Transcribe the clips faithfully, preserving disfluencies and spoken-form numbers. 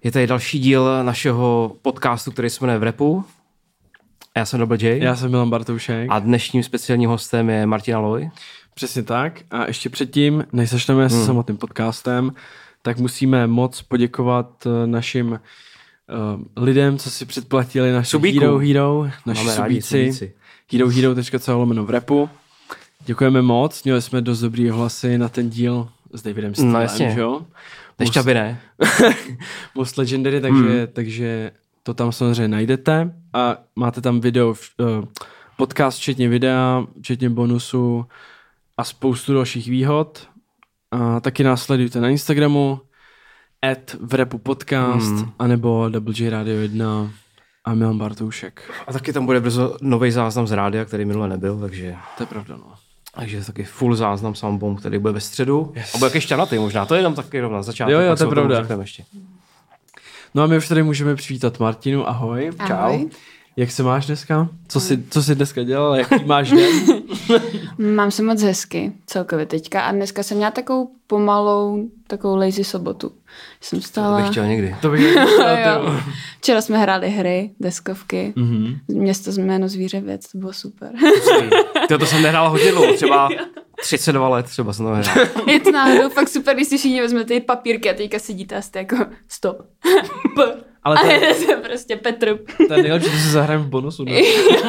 Je tady další díl našeho podcastu, který se jmenuje V Rapu. Já jsem Double J. Já jsem Milan Bartoušek. A dnešním speciálním hostem je Martin Aloy. Přesně tak. A ještě předtím, než začneme hmm. se samotným podcastem, tak musíme moc poděkovat našim uh, lidem, co si předplatili naši Subíku. Hero Hero, naši Máme subíci. subíci. hero hero tečka co lomeno v rapu. Děkujeme moc. Měli jsme dost dobrý hlasy na ten díl s Davidem Stylem, no, jasně. Že jo? Ještě by ne. Most Legendary, takže, hmm. takže to tam samozřejmě najdete a máte tam video, uh, podcast včetně videa, včetně bonusu a spoustu dalších výhod. A taky nás sledujte na Instagramu at v rapu podcast hmm. anebo Double J Radio jedna a Milan Bartoušek. A taky tam bude brzo nový záznam z rádia, který minule nebyl, takže... To je pravda, no. Takže taky full záznam Soundbomb, který bude ve středu. Yes. A bude taky šťanatý možná, to je jenom taky rovna začátek. Jo, jo, to je pravda. Ještě. No a my už tady můžeme přivítat Martinu, ahoj. Ahoj. Čau. Jak se máš dneska? Co jsi, co jsi dneska dělal? Jaký máš den? Mám se moc hezky celkově teďka a dneska jsem měla takovou pomalou, takovou lazy sobotu. Jsem stála... To bych chtěl někdy. To bych chtěl. Včera jsme hráli hry, deskovky, mm-hmm. Město jméno zvíře věc, to bylo super. Tyjo, to jsem nehrál hodně dlouho, třeba třicet dva let třeba jsem to nehrál. Je to náhodou fakt super, když si všichni vezmete ty papírky a teďka sedíte a jste jako stop. Ale to... A je to prostě Petr. To je nejlepší, to si zahrajeme v bonusu. Ne?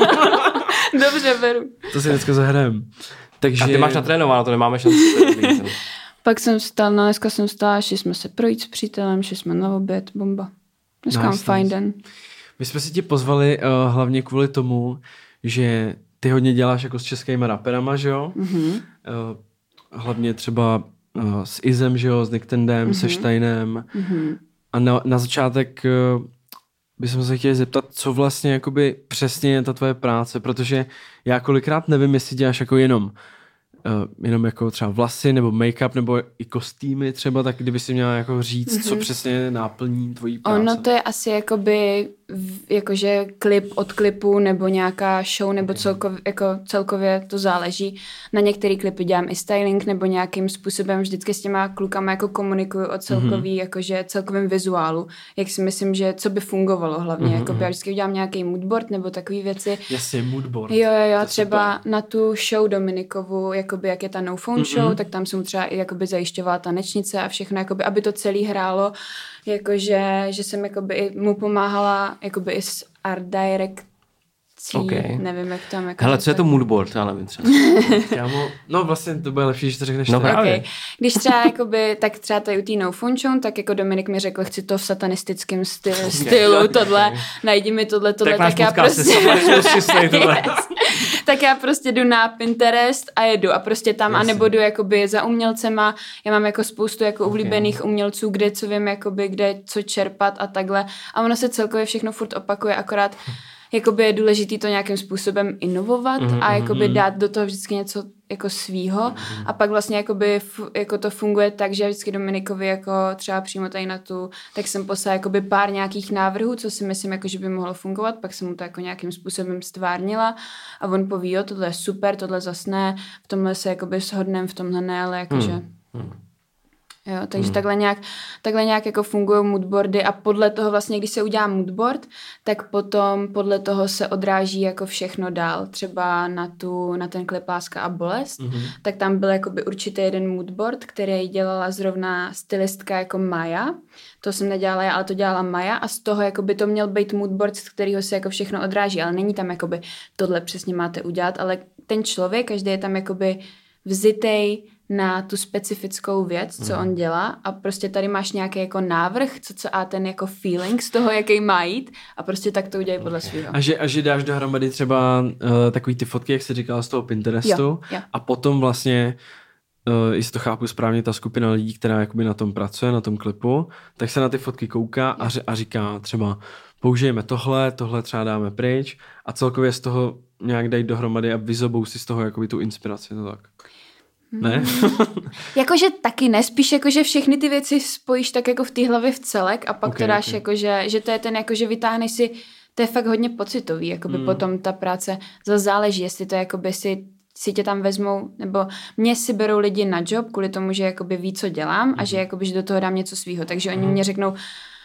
Dobře, beru. To si dneska zahrajeme. Takže... A ty máš natrénováno, to nemáme šanci. Pak jsem vstal, no dneska jsem vstala, šli jsme se projít s přítelem, šli jsme na oběd, bomba. Dneska mám fajn den. My jsme si tě pozvali uh, hlavně kvůli tomu, že ty hodně děláš jako s českými raperama, že jo? Mm-hmm. Uh, hlavně třeba uh, s Izem, že jo? S Nicktendem, mm-hmm. se Steinem. Mm-hmm. A na, na začátek uh, bychom se chtěli zeptat, co vlastně jakoby přesně je ta tvoje práce, protože já kolikrát nevím, jestli děláš jako jenom Uh, jenom jako třeba vlasy nebo make-up nebo i kostýmy třeba, tak kdyby si měla jako říct, mm-hmm. co přesně náplní tvojí práce. Ono to je asi jakoby jakože klip od klipu nebo nějaká show nebo okay. celkově, jako celkově to záleží. Na některý klipy dělám i styling nebo nějakým způsobem vždycky s těma klukama jako komunikuju o celkový, mm-hmm. jakože celkovém vizuálu. Jak si myslím, že co by fungovalo hlavně. Mm-hmm. Jakoby já vždycky udělám nějaký moodboard nebo takové věci. Jasně, moodboard. Jo, jo, jo, třeba super. Na tu show Dominikovu, jakoby jak je ta No Phone mm-hmm. show, tak tam jsem třeba i jakoby zajišťovala tanečnice a všechno, jakoby, aby to celý hrálo, jakože, že jsem jakoby mu pomáhala jakoby i s art direccí, okay. Nevím, jak tam. Jako hele, co je to moodboard? Já nevím třeba. Kámo, no vlastně to bude lepší, že to řekneš. No právě. Okay. Když třeba jakoby, tak třeba tady u té No Phone show, tak jako Dominik mi řekl, chci to v satanistickém stylu, okay. stylu tohle, najdi mi tohle, tohle, tak, tak já prostě... tak já prostě jdu na Pinterest a jedu a prostě tam, yes. anebo jdu jakoby za umělcema, já mám jako spoustu jako okay. oblíbených umělců, kde co vím, jakoby, kde co čerpat a takhle a ono se celkově všechno furt opakuje, akorát jakoby je důležitý to nějakým způsobem inovovat mm-hmm, a jakoby dát do toho vždycky něco jako svýho mm-hmm. a pak vlastně jakoby jako to funguje tak, že vždycky Dominikovi jako třeba přímo tady na tu, tak jsem poslala jakoby pár nějakých návrhů, co si myslím, jako, že by mohlo fungovat, pak jsem mu to jako nějakým způsobem stvárnila a on poví, jo, tohle je super, tohle zas ne, v tomhle se jakoby shodnem, v tomhle ne, ale jakože... Mm-hmm. Jo, takže hmm. takhle nějak, takhle nějak jako fungují moodboardy a podle toho vlastně, když se udělá moodboard, tak potom podle toho se odráží jako všechno dál. Třeba na, tu, na ten klip Láska a bolest, hmm. tak tam byl jakoby určitě jeden moodboard, který dělala zrovna stylistka jako Maja. To jsem nedělala já, ale to dělala Maja a z toho jakoby to měl být moodboard, z kterého se jako všechno odráží, ale není tam jakoby tohle přesně máte udělat, ale ten člověk, každý je tam jakoby vzitej na tu specifickou věc, co mm. on dělá a prostě tady máš nějaký jako návrh, co, co a ten jako feeling z toho, jaký má jít a prostě tak to udělají podle svého. A že, a že dáš dohromady třeba uh, takový ty fotky, jak jsi říkala z toho Pinterestu jo, jo. a potom vlastně, uh, jestli to chápu správně, ta skupina lidí, která jakoby na tom pracuje, na tom klipu, tak se na ty fotky kouká a, ř- a říká třeba použijeme tohle, tohle třeba dáme pryč a celkově z toho nějak dají dohromady a vyzobou si z toho jakoby tu inspiraci, to tak. Ne? Jakože taky ne, spíš jakože všechny ty věci spojíš tak jako v té hlavě v celek a pak okay, to dáš okay. jakože, že to je ten jakože vytáhneš si, to je fakt hodně pocitový, jakoby mm. potom ta práce zase záleží, jestli to jakoby si, si tě tam vezmou, nebo mě si berou lidi na job kvůli tomu, že jakoby ví, co dělám mm. a že jakoby, že do toho dám něco svýho, takže oni mm. mě řeknou,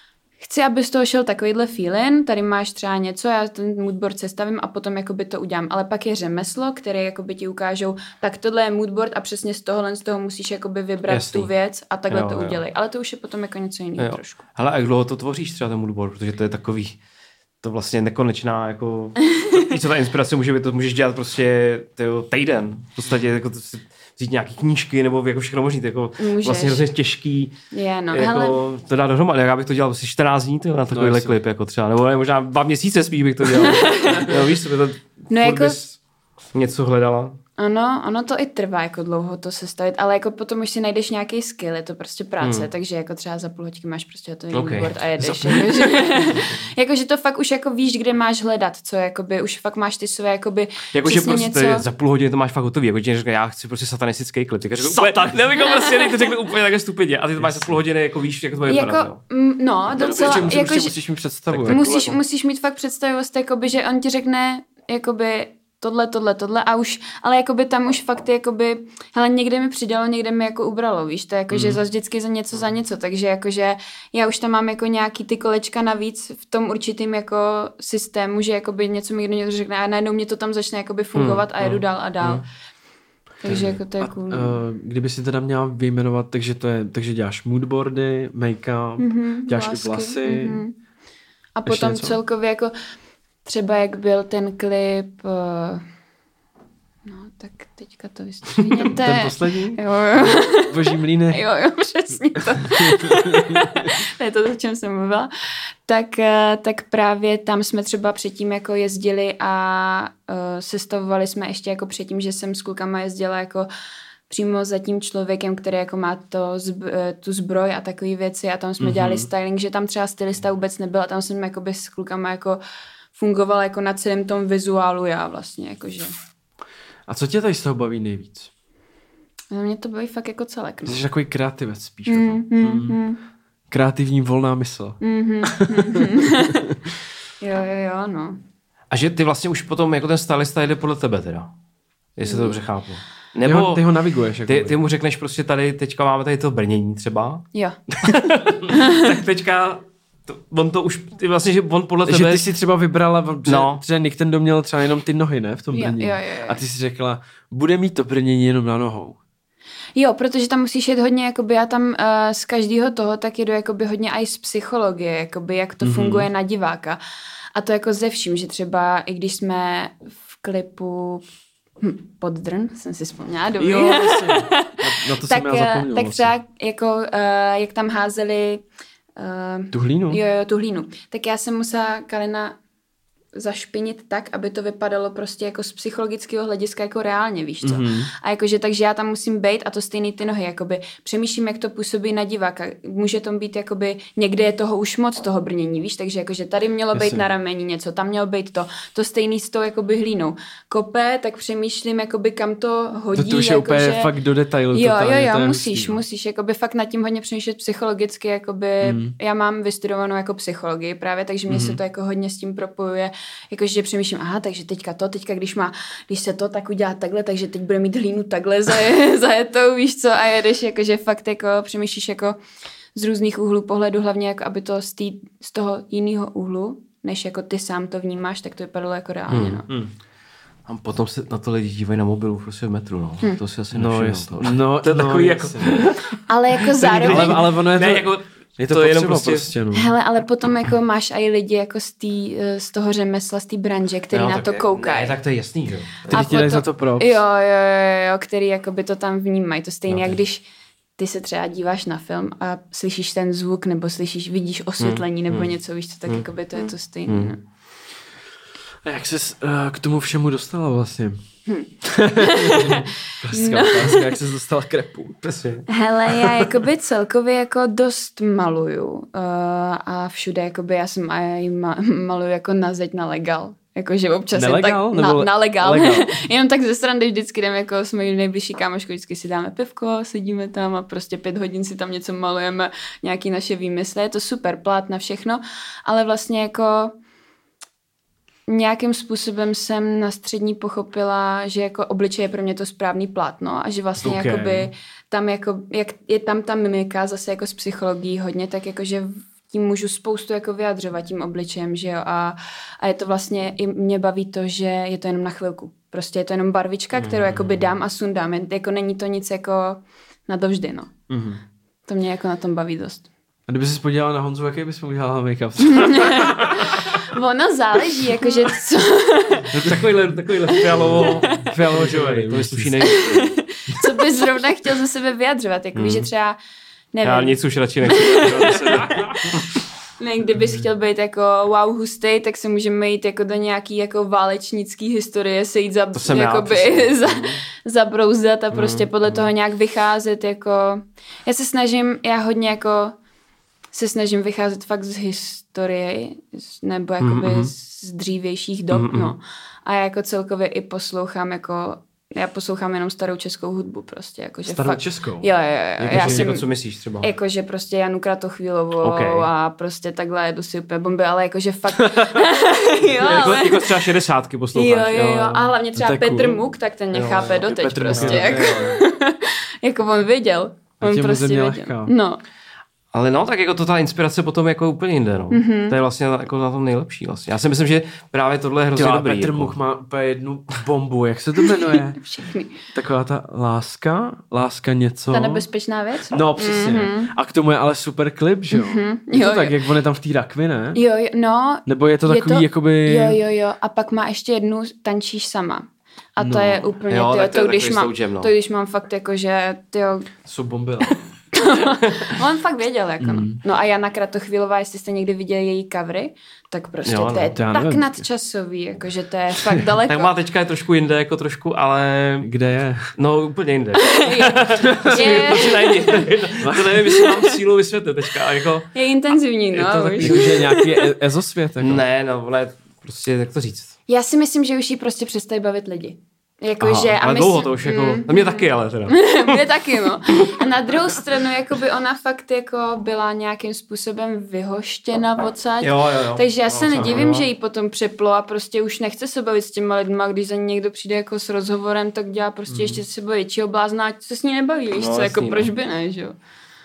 chci, aby z toho šel takovýhle feeling, tady máš třeba něco, já ten moodboard sestavím a potom jakoby to udělám. Ale pak je řemeslo, které jakoby ti ukážou, tak tohle je moodboard a přesně z tohohle z toho musíš jakoby vybrat Jasný. tu věc a takhle jo, to udělej. Ale to už je potom jako něco jiného trošku. Hele, a jak dlouho to tvoříš třeba ten moodboard, protože to je takový, to vlastně nekonečná, jako, co ta inspirace může být, to můžeš dělat prostě tyjo, týden, v podstatě jako to, vzít nějaký knížky nebo jako všechno možný, jako Můžeš. vlastně hrozně těžký, je, no, jako, hele. to dá dohromady, já bych to dělal asi čtrnáct dní tyjo, na takovýhle no, klip, jako třeba, nebo možná dva měsíce spíš bych to dělal, no, víš, to, to no, jako... něco hledala. Ano, ono to i trvá jako dlouho to sestavit, ale jako potom už si najdeš nějaký skill, je to prostě práce, hmm. takže jako třeba za půl hoďky máš prostě to okay. board a jedeš. Jakože, jakože to fakt už jako víš, kde máš hledat, co jakoby, už fakt máš ty své jakoby jakože prostě něco... za půl hodiny to máš fakt hotový, jako ti řekne, já chci prostě satanistický klip, ty řekne úplně, nevím, prostě nejde, to řekne úplně takhle stupidně a ty to máš za půl hodiny, jako víš, jak to bude vypadat. Jako, no, docela, no, jako, musíš mít představu. Musíš, musíš mít fakt představivost, jakoby, že on ti řekne, jakoby, tohle, tohle, tohle a už, ale jakoby tam už fakt jakoby, hele, někde mi přidalo, někde mi jako ubralo, víš, to je jako, mm. že zase vždycky za něco za něco, takže jakože já už tam mám jako nějaký ty kolečka navíc v tom určitým jako systému, že jakoby něco mi někdo něco řekne a najednou mě to tam začne jakoby fungovat mm. a jedu dál a dál. Mm. Takže jako to je cool. Uh, kdyby si teda měla vyjmenovat, takže to je, takže děláš moodboardy, make-up, mm-hmm, děláš vlásky, i vlasy. Mm-hmm. A potom něco? Celkově jako třeba jak byl ten klip, uh, no tak teďka to vystříhněte. Ten poslední? Jo, jo. Boží mlýny. Jo, jo, přesně to. To je to, o čem jsem mluvila. Tak, tak právě tam jsme třeba předtím jako jezdili a uh, sestavovali jsme ještě jako předtím, že jsem s klukama jezdila jako přímo za tím člověkem, který jako má to zb- tu zbroj a takové věci a tam jsme mm-hmm. dělali styling, že tam třeba stylista vůbec nebyl a tam jsem jakoby s klukama jako fungovala jako na celém tom vizuálu já vlastně, jakože. A co tě tady z toho baví nejvíc? No, mě to baví fakt jako celek. No. Jsi takový kreativec spíš. Mm, jako. mm, mm. Kreativní volná mysl. Mm-hmm, mm-hmm. jo, jo, jo, no. A že ty vlastně už potom jako ten stylista jede podle tebe teda, jestli mm. to dobře chápu. Nebo ty ho, ty ho naviguješ. Jako ty, ty mu řekneš prostě tady, teďka máme tady to brnění třeba. Jo. Tak teďka to, on to už, ty vlastně, že on podle tebe... Že ty si třeba vybrala, že, no. že Nick ten dom měl třeba jenom ty nohy, ne, v tom jo, brnění. Jo, jo, jo. A ty si řekla, bude mít to brnění jenom na nohou. Jo, protože tam musíš jít hodně, jakoby já tam uh, z každého toho tak jedu jakoby hodně i z psychologie, jakoby jak to mm-hmm. funguje na diváka. A to jako ze vším, že třeba i když jsme v klipu hm, Poddrn, jsem si vzpomněla, dobrý. Jo, vlastně. Na, na to tak, jsem já zapomněl. Tak třeba vlastně. jako, uh, jak tam házeli uh, tu hlínu? Jo, jo, tu hlínu. Tak já jsem musela Kalina zašpinit tak, aby to vypadalo prostě jako z psychologického hlediska jako reálně, víš co. Mm-hmm. A jakože, takže já tam musím bejt a to stejný ty nohy, jakoby přemýšlím, jak to působí na diváka. Může to být jakoby, někde je toho už moc, toho brnění, víš, takže jakože tady mělo být na rameni něco, tam mělo být to, to stejný s tou jakoby hlínou. Kope, tak přemýšlím, jakoby kam to hodí. To, to už je úplně že... fakt do detailu. Jo, totálně, jo, jo, musíš, hustý, musíš, jakoby fakt nad tím hodně přemýšlet psychologicky, jakoby, mm. já mám vystudovanou jako psychologii právě, takže mě mm. se to jako hodně s tím propojuje. Jakože přemýšlím, aha, takže teďka to, teďka když má, když se to tak udělá takhle, takže teď bude mít hlínu takhle zaje, zajetou, víš co, a jedeš, jakože fakt jako přemýšlíš jako z různých úhlů pohledu, hlavně jako aby to z, tý, z toho jiného úhlu, než jako ty sám to vnímáš, tak to vypadalo jako reálně, hmm, no. Hmm. A potom se na to lidi dívají na mobilu prostě v metru, no. Hmm. To si asi no, nevšiml. No, no, to je no, takový jako... Ale jako zároveň... Ale, ale ono je to... Ne, jako... Je to, to jenom prostě... prostě no. Hele, ale potom jako máš i lidi jako z, tý, z toho řemesla, z té branže, který no, na to koukají. Ne, tak to je jasný, že jo. Který ti dají za to props. Jo, jo, jo, jo, který jakoby to tam vnímají. To stejně, no, jak když ty se třeba díváš na film a slyšíš ten zvuk, nebo slyšíš, vidíš osvětlení, hmm, nebo hmm, něco, víš co, tak hmm, jakoby to je to stejné. Hmm. No. A jak jsi uh, k tomu všemu dostala vlastně? Hmm. Klasická no. otázka, jak jsi dostala k rapu? Hele, já jakoby celkově jako dost maluju uh, a všude jakoby já jsem aj ma- maluju jako na zeď na legal. Jakože občas Nelegál, tak nebo na, na legál. legál. Jenom tak ze srandy vždycky jdeme, jako jsme nejbližší kámoško, vždycky si dáme pivko, sedíme tam a prostě pět hodin si tam něco malujeme, nějaký naše výmysly. Je to super, plát na všechno, ale vlastně jako nějakým způsobem jsem na střední pochopila, že jako obličej je pro mě to správný plátno a že vlastně okay. jakoby tam jako, jak je tam ta mimika zase jako z psychologií hodně, tak jakože tím můžu spoustu jako vyjadřovat tím obličejem, že jo, a, a je to vlastně, i mě baví to, že je to jenom na chvilku. Prostě je to jenom barvička, kterou jakoby dám a sundám. Jako není to nic jako na dovždy, no. Mm-hmm. To mě jako na tom baví dost. A kdyby jsi podívala na Honzu, jaký bys mu udělala make-up? Ono záleží, jakože co... takovýhle, takovýhle fialovo, fialovo žovej, to mi sluší nejvíc. Co bys zrovna chtěl ze sebe vyjadřovat, jako mm. že třeba, nevím. Já nic už radši nechci. Ne, kdybys chtěl být jako wow hustej, tak se můžeme jít jako do nějaký jako válečnický historie, se jít za, jakoby, já, za, zabrouzdat a prostě mm. podle toho nějak vycházet, jako... Já se snažím, já hodně jako se snažím vycházet fakt z historie, nebo jakoby mm-hmm. z dřívějších dob, mm-hmm. no. A já jako celkově i poslouchám jako... Já poslouchám jenom starou českou hudbu prostě. Jako, že starou fakt, českou? Jo, jo, jo. Jako, já že, jsem, jako co myslíš třeba? Jakože prostě Janu Kratochvílovou okay. a prostě takhle jedu si úplně bomby, ale jakože fakt... jo, jako, ale... jako třeba šedesátky posloucháš. Jo, jo, jo. A hlavně třeba Petr cool. Muk, tak ten mě jo, chápe doteď Petr prostě. Muk, jako, jako on věděl. On prostě věděl. No. Ale no, tak jako to ta inspirace potom jako úplně jinde, no. Mm-hmm. To je vlastně jako na tom nejlepší vlastně. Já si myslím, že právě tohle je hrozně Těla, dobrý. Petr jako. Much má úplně jednu bombu, jak se to jmenuje? Všechny. Taková ta láska, láska něco. Ta nebezpečná věc? No, přesně. Mm-hmm. A k tomu je ale super klip, že jo? Mm-hmm. Je to jo, tak, jo. Jak on je tam v té rakvi, ne? Jo, jo, no. Nebo je to takový, je to, jakoby... Jo, jo, jo. A pak má ještě jednu Tančíš sama. A to no. je úplně, jo, tyjo, to, to, když mám, sloučem, no. to když mám fakt jako, že tyjo... Jsou bomby. On fakt věděl, jako mm. no. No a Jana Kratochvílová, jestli jste někdy viděli její covery, tak prostě jo, to je no, tak nevím. nadčasový, jakože to je fakt daleko. Tak má teďka je trošku jinde, jako trošku, ale... Kde je? No úplně jinde. je, je. To nevím, jestli mám sílu vysvětlit teďka. Jako... Je intenzivní, no. Je to takový, že je nějaký ezosvět. Jako. Ne, no, ale prostě, jak to říct. Já si myslím, že už jí prostě přestají bavit lidi. Jako, že, ale myslím, dlouho to už jako, mm, mě taky ale teda. mě taky, no. A na druhou stranu, jakoby ona fakt jako byla nějakým způsobem vyhoštěna odsaď. Jo, jo, jo. Takže já no, se nedivím, jo. že jí potom přeplo a prostě už nechce se bavit s těma lidma, když za ní někdo přijde jako s rozhovorem, tak dělá prostě mm. ještě se baví většího blázna, ať se s ní nebaví, víš no, co, jako proč by ne, že jo.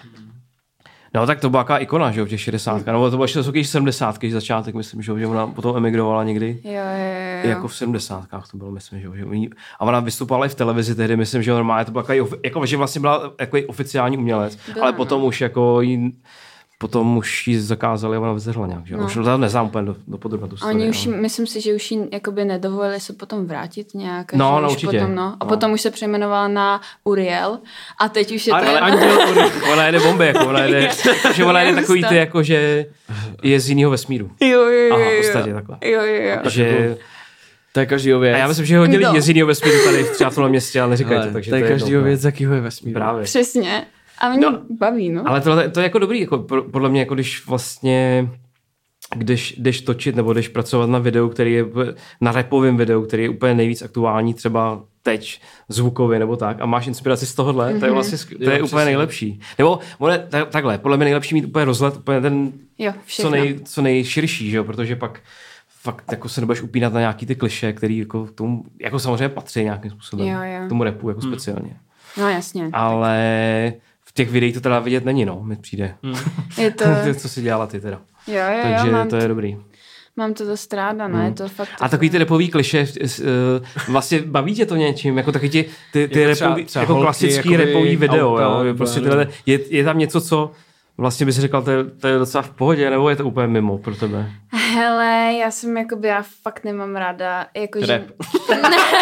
No tak to byla taková ikona, že jo, v těch šedesátkách, nebo to bylo ještě takových sedmdesátky, začátek, myslím, že, že ona potom emigrovala někdy. Jo, jo, jo. Jako v sedmdesátkách to bylo, myslím, že, že a ona vystupovala i v televizi tehdy, myslím, že normálně to byla jako, jako že vlastně byla jako oficiální umělec, byla, ale potom no. už jako jí, potom už ji zakázali a ona vyzeřela nějak, že no. Už to neznám úplně do, do podrobna tu story. Oni už, ale... myslím si, že už ji jakoby nedovolili se potom vrátit nějak. No, no určitě. Potom, no. A no. potom už se přejmenovala na Uriel a teď už je ale, to... Ale Anděl Uriel, ona jede bomby, jako ona jede, že ona jede takový ty, jako že je z jiného vesmíru. Jo, jo, jo. Aha, v podstatě takhle. Jo, jo, jo. Že... To je každýho věc. A já myslím, že hodně lidí je z jiného vesmíru tady třeba v tomhle městě, ale neříkají to. Takže to je, je každýho věc, z jakýho je vesmíru. Právě. Přesně. A mě no, baví, no. Ale to, to je jako dobrý, jako podle mě, jako když vlastně, když jdeš točit nebo jdeš pracovat na videu, který je, na rapovém videu, který je úplně nejvíc aktuální, třeba teď zvukově nebo tak, a máš inspiraci z tohohle, mm-hmm. to je vlastně, to jo, je úplně nejlepší. Nebo bude, takhle, podle mě nejlepší mít úplně rozhled, úplně ten, jo, co, nej, co nejširší, že jo, protože pak fakt jako se nebudeš upínat na nějaký ty kliše, který jako tomu, jako samozřejmě patří nějakým způsobem jo, jo. k tomu rapu, jako hmm. speciálně. No jasně. Ale v těch videích to teda vidět není, no, mi přijde. Hmm. Je to... co si dělala ty teda. Jo, jo, takže jo, to je t... dobrý. Mám to dost ráda, no, hmm. je to fakt... A takový ty rapový kliše, vlastně baví tě to něčím, jako taky ti, ty, ty jako, třeba, rapový, třeba jako holky, klasický rapový video, auta, jo, prostě tyhle, je, je tam něco, co vlastně bys řekl, to je, to je docela v pohodě, nebo je to úplně mimo pro tebe? Hele, já jsem jakoby, já fakt nemám ráda, jakože... Rap. ne,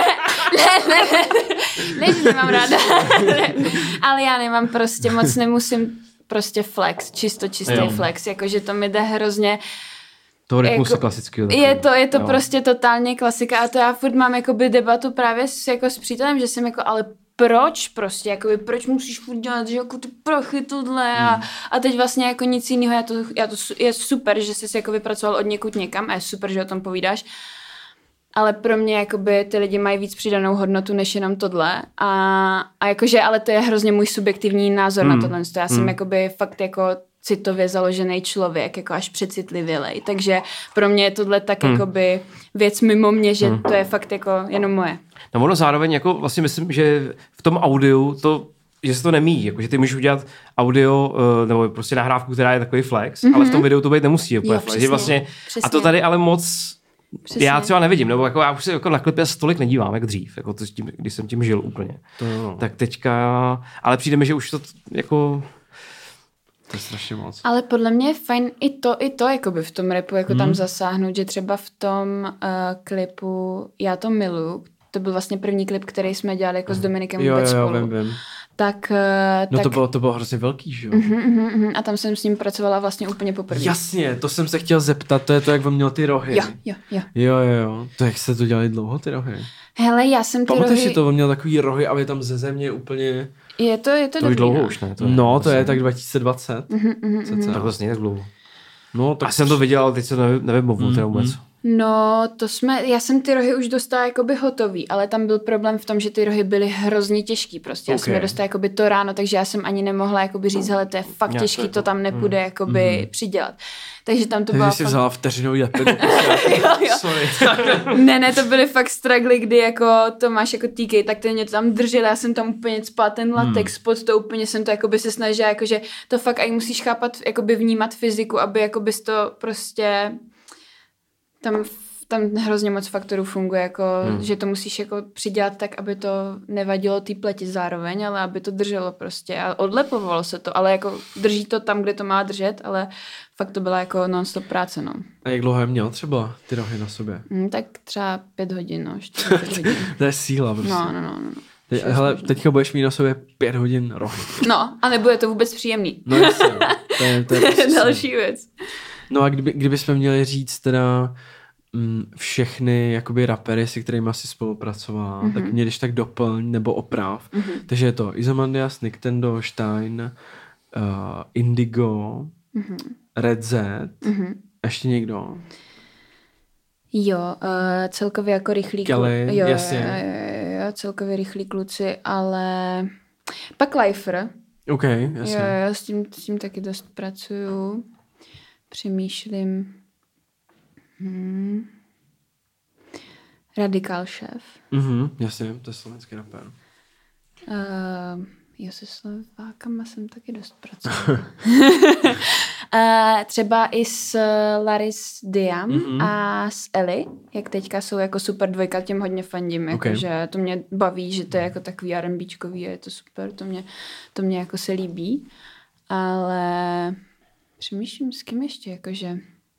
ne, ne, ne, ne, že nemám ráda, ne, ale já nemám prostě, moc nemusím prostě flex, čisto čistý jo. flex, jakože to mi jde hrozně... Toho rytmusu jako, klasického. Je to, je to prostě totálně klasika a to já furt mám jakoby debatu právě s, jako s přítelem, že jsem jako, ale proč prostě, jakoby, proč musíš furt dělat, že jako ty prachy tohle a, hmm. a teď vlastně jako nic jiného, já to, já to, je super, že jsi jako vypracoval od někud někam a je super, že o tom povídáš, ale pro mě jakoby ty lidi mají víc přidanou hodnotu, než jenom tohle a, a jakože, ale to je hrozně můj subjektivní názor hmm. na tohle, já jsem hmm. jakoby fakt jako citově založený člověk, jako až přecitlivělej, takže pro mě je tohle tak hmm. jakoby věc mimo mě, že hmm. to je fakt jako jenom moje. No ono zároveň jako vlastně myslím, že v tom audiu to že se to nemíjí, jako, že ty můžeš udělat audio uh, nebo prostě nahrávku, která je takový flex, mm-hmm. ale v tom videu to být nemusí úplně jo, flex. Že vlastně, a to tady ale moc přesně. Já třeba nevidím, nebo jako já už se jako na klipy tolik nedívám, jak dřív, jako to tím, když jsem tím žil úplně. To no. Tak teďka, ale přijde mi, že už to jako... To je strašně moc. Ale podle mě je fajn i to, i to jakoby v tom rapu, jako hmm. tam zasáhnout, že třeba v tom uh, klipu Já to miluju, to byl vlastně první klip, který jsme dělali jako s Dominikem jo, vůbec jo, jo, spolu. Vím, vím. Tak, uh, no tak... to bylo, to bylo hrozně velký, že jo? Uh-huh, uh-huh, uh-huh. A tam jsem s ním pracovala vlastně úplně poprvé. Jasně, to jsem se chtěl zeptat, to je to, jak on měl ty rohy. Jo, jo, jo. Jo, jo, jo. To jak se to dělali dlouho, ty rohy? Hele, já jsem ty Pamatuješ rohy... si to, on měl takový rohy, aby tam ze země úplně... Je to, je to, to dobrý, dlouho no. už, ne? To je, no, to vlastně... je tak dva tisíce dvacet. Uh-huh, uh-huh. Tak vlastně tak dlouho. No, tak... A jsem to viděl, ale teď se nevím, nevím mm, teda vůbec. Mm. No, to jsme, já jsem ty rohy už dostala jakoby hotový, ale tam byl problém v tom, že ty rohy byly hrozně těžký prostě. Já okay. jsem je dostala jakoby to ráno, takže já jsem ani nemohla jakoby říct, hele, to je fakt Já těžký, to, to tam nepůjde mm. jakoby mm. přidělat. Takže tam to Takže byla jsi fakt... vzala vteřinový lepek. jo, jo. Sorry. ne, ne, to byly fakt struggly, kdy jako to máš jako T K, tak to mě to tam držel, já jsem tam úplně spala ten latex, hmm. pod to úplně jsem to jakoby se snažila, jakože to fakt aj musíš chápat, jakoby vnímat fyziku, aby jakoby to prostě tam tam hrozně moc faktorů funguje, jako, hmm. že to musíš jako přidělat tak, aby to nevadilo té pleti zároveň, ale aby to drželo prostě a odlepovalo se to, ale jako drží to tam, kde to má držet, ale fakt to byla jako non-stop práce, no. A jak dlouho je měl třeba ty rohy na sobě? Hmm, tak třeba pět hodin, no, čtyři, pět hodin. To je síla prostě. No, no, no. no. Te, hele, teďka budeš mít na sobě pět hodin rohy. No, a nebude to vůbec příjemný. No jasně, to je, to je, to je další věc. No a kdyby, kdybychom měli říct teda všechny jakoby rapery, se kterými asi spolupracovala, mm-hmm. tak mě když tak doplň nebo oprav. Mm-hmm. Takže je to Izomandias, Niktendo, Stein, uh, Indigo, mm-hmm. Red Z, mm-hmm. ještě někdo? Jo, uh, celkově jako rychlí Kelly, kluci. Jo, jasně. Jo, jo, jo, celkově rychlí kluci, ale pak Lifer. OK, jasně. Jo, jo, s tím, s tím taky dost pracuju. Přemýšlím. Hmm. Radikál šéf. Mhm, jasně, to je slovenský rapper. Uh, jo, se Slovákama jsem taky dost pracovala. uh, třeba i s Laris Diam mm-hmm. a s Ellie, jak teďka jsou jako super dvojka, těm hodně fandím, jako, okay. že to mě baví, že to je jako takový R and Bčkový a je to super, to mě, to mě jako se líbí. Ale přemýšlím s kým ještě, jakože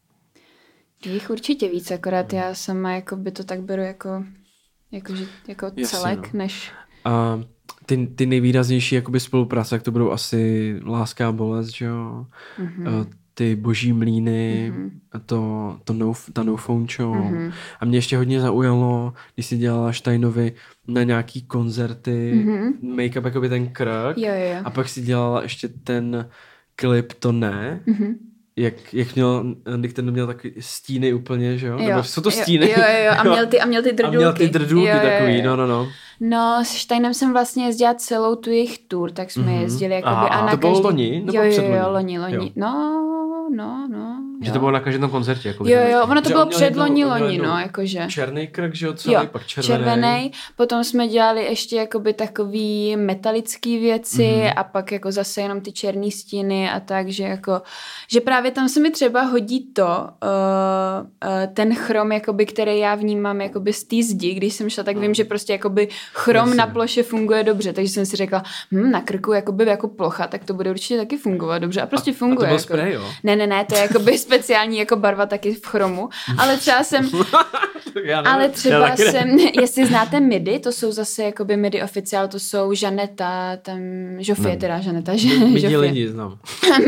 jich určitě víc, akorát já sama jako by to tak beru jako, jako, že, jako celek, jasně, no. než... A ty, ty nejvýraznější jakoby spolupráce, tak to budou asi Láska a bolest, že jo? Mm-hmm. Ty Boží mlýny, mm-hmm. to, to no, ta No Phone Show. Mm-hmm. A mě ještě hodně zaujalo, když jsi dělala Steinovi na nějaký koncerty, mm-hmm. make-up jakoby ten krk. Jo, jo. A pak si dělala ještě ten klip To ne. Mm-hmm. Jak, jak měl, Nick ten měl takový stíny úplně, že jo? jo. Nebo jsou to stíny? Jo, jo, jo. A měl ty, a měl ty drdůlky. A měl ty drdůlky jo, takový, jo, jo. no, no, no. No, s Steinem jsem vlastně jezdila celou tu jejich tour, tak jsme mm-hmm. jezdili jakoby Aha, a na to bylo každý... loni? Nebo jo, jo, předloni? jo, loni, loni. Jo. No, no, no. Že to bylo na každém koncertě. Jako jo, jo, ono to že bylo on měl předloni, jednou- on měl loni, jednou no, jakože. Černý krk, že jo, celý, Jo, pak červený. červený. Potom jsme dělali ještě jakoby takový metalický věci mm-hmm. a pak jako zase jenom ty černý stíny a tak, že jako, že právě tam se mi třeba hodí to, uh, uh, ten chrom, jakoby, který já vnímám jakoby z té zdi, když jsem šla, tak vím, že prostě jakoby chrom Jasně. na ploše funguje dobře, takže jsem si řekla, hm, na krku jakoby jako plocha, tak to bude určitě taky fungovat dobře a prostě funguje. A to byl jako. spray, jo? Ne, ne, ne, to je jakoby speciální jako barva taky v chromu, ale třeba jsem, ale třeba jsem, jestli znáte midi, to jsou zase jakoby midi oficiál, to jsou Žaneta, tam, Žofie ne. teda, Žaneta, že, Midi Žofie. lidi znám.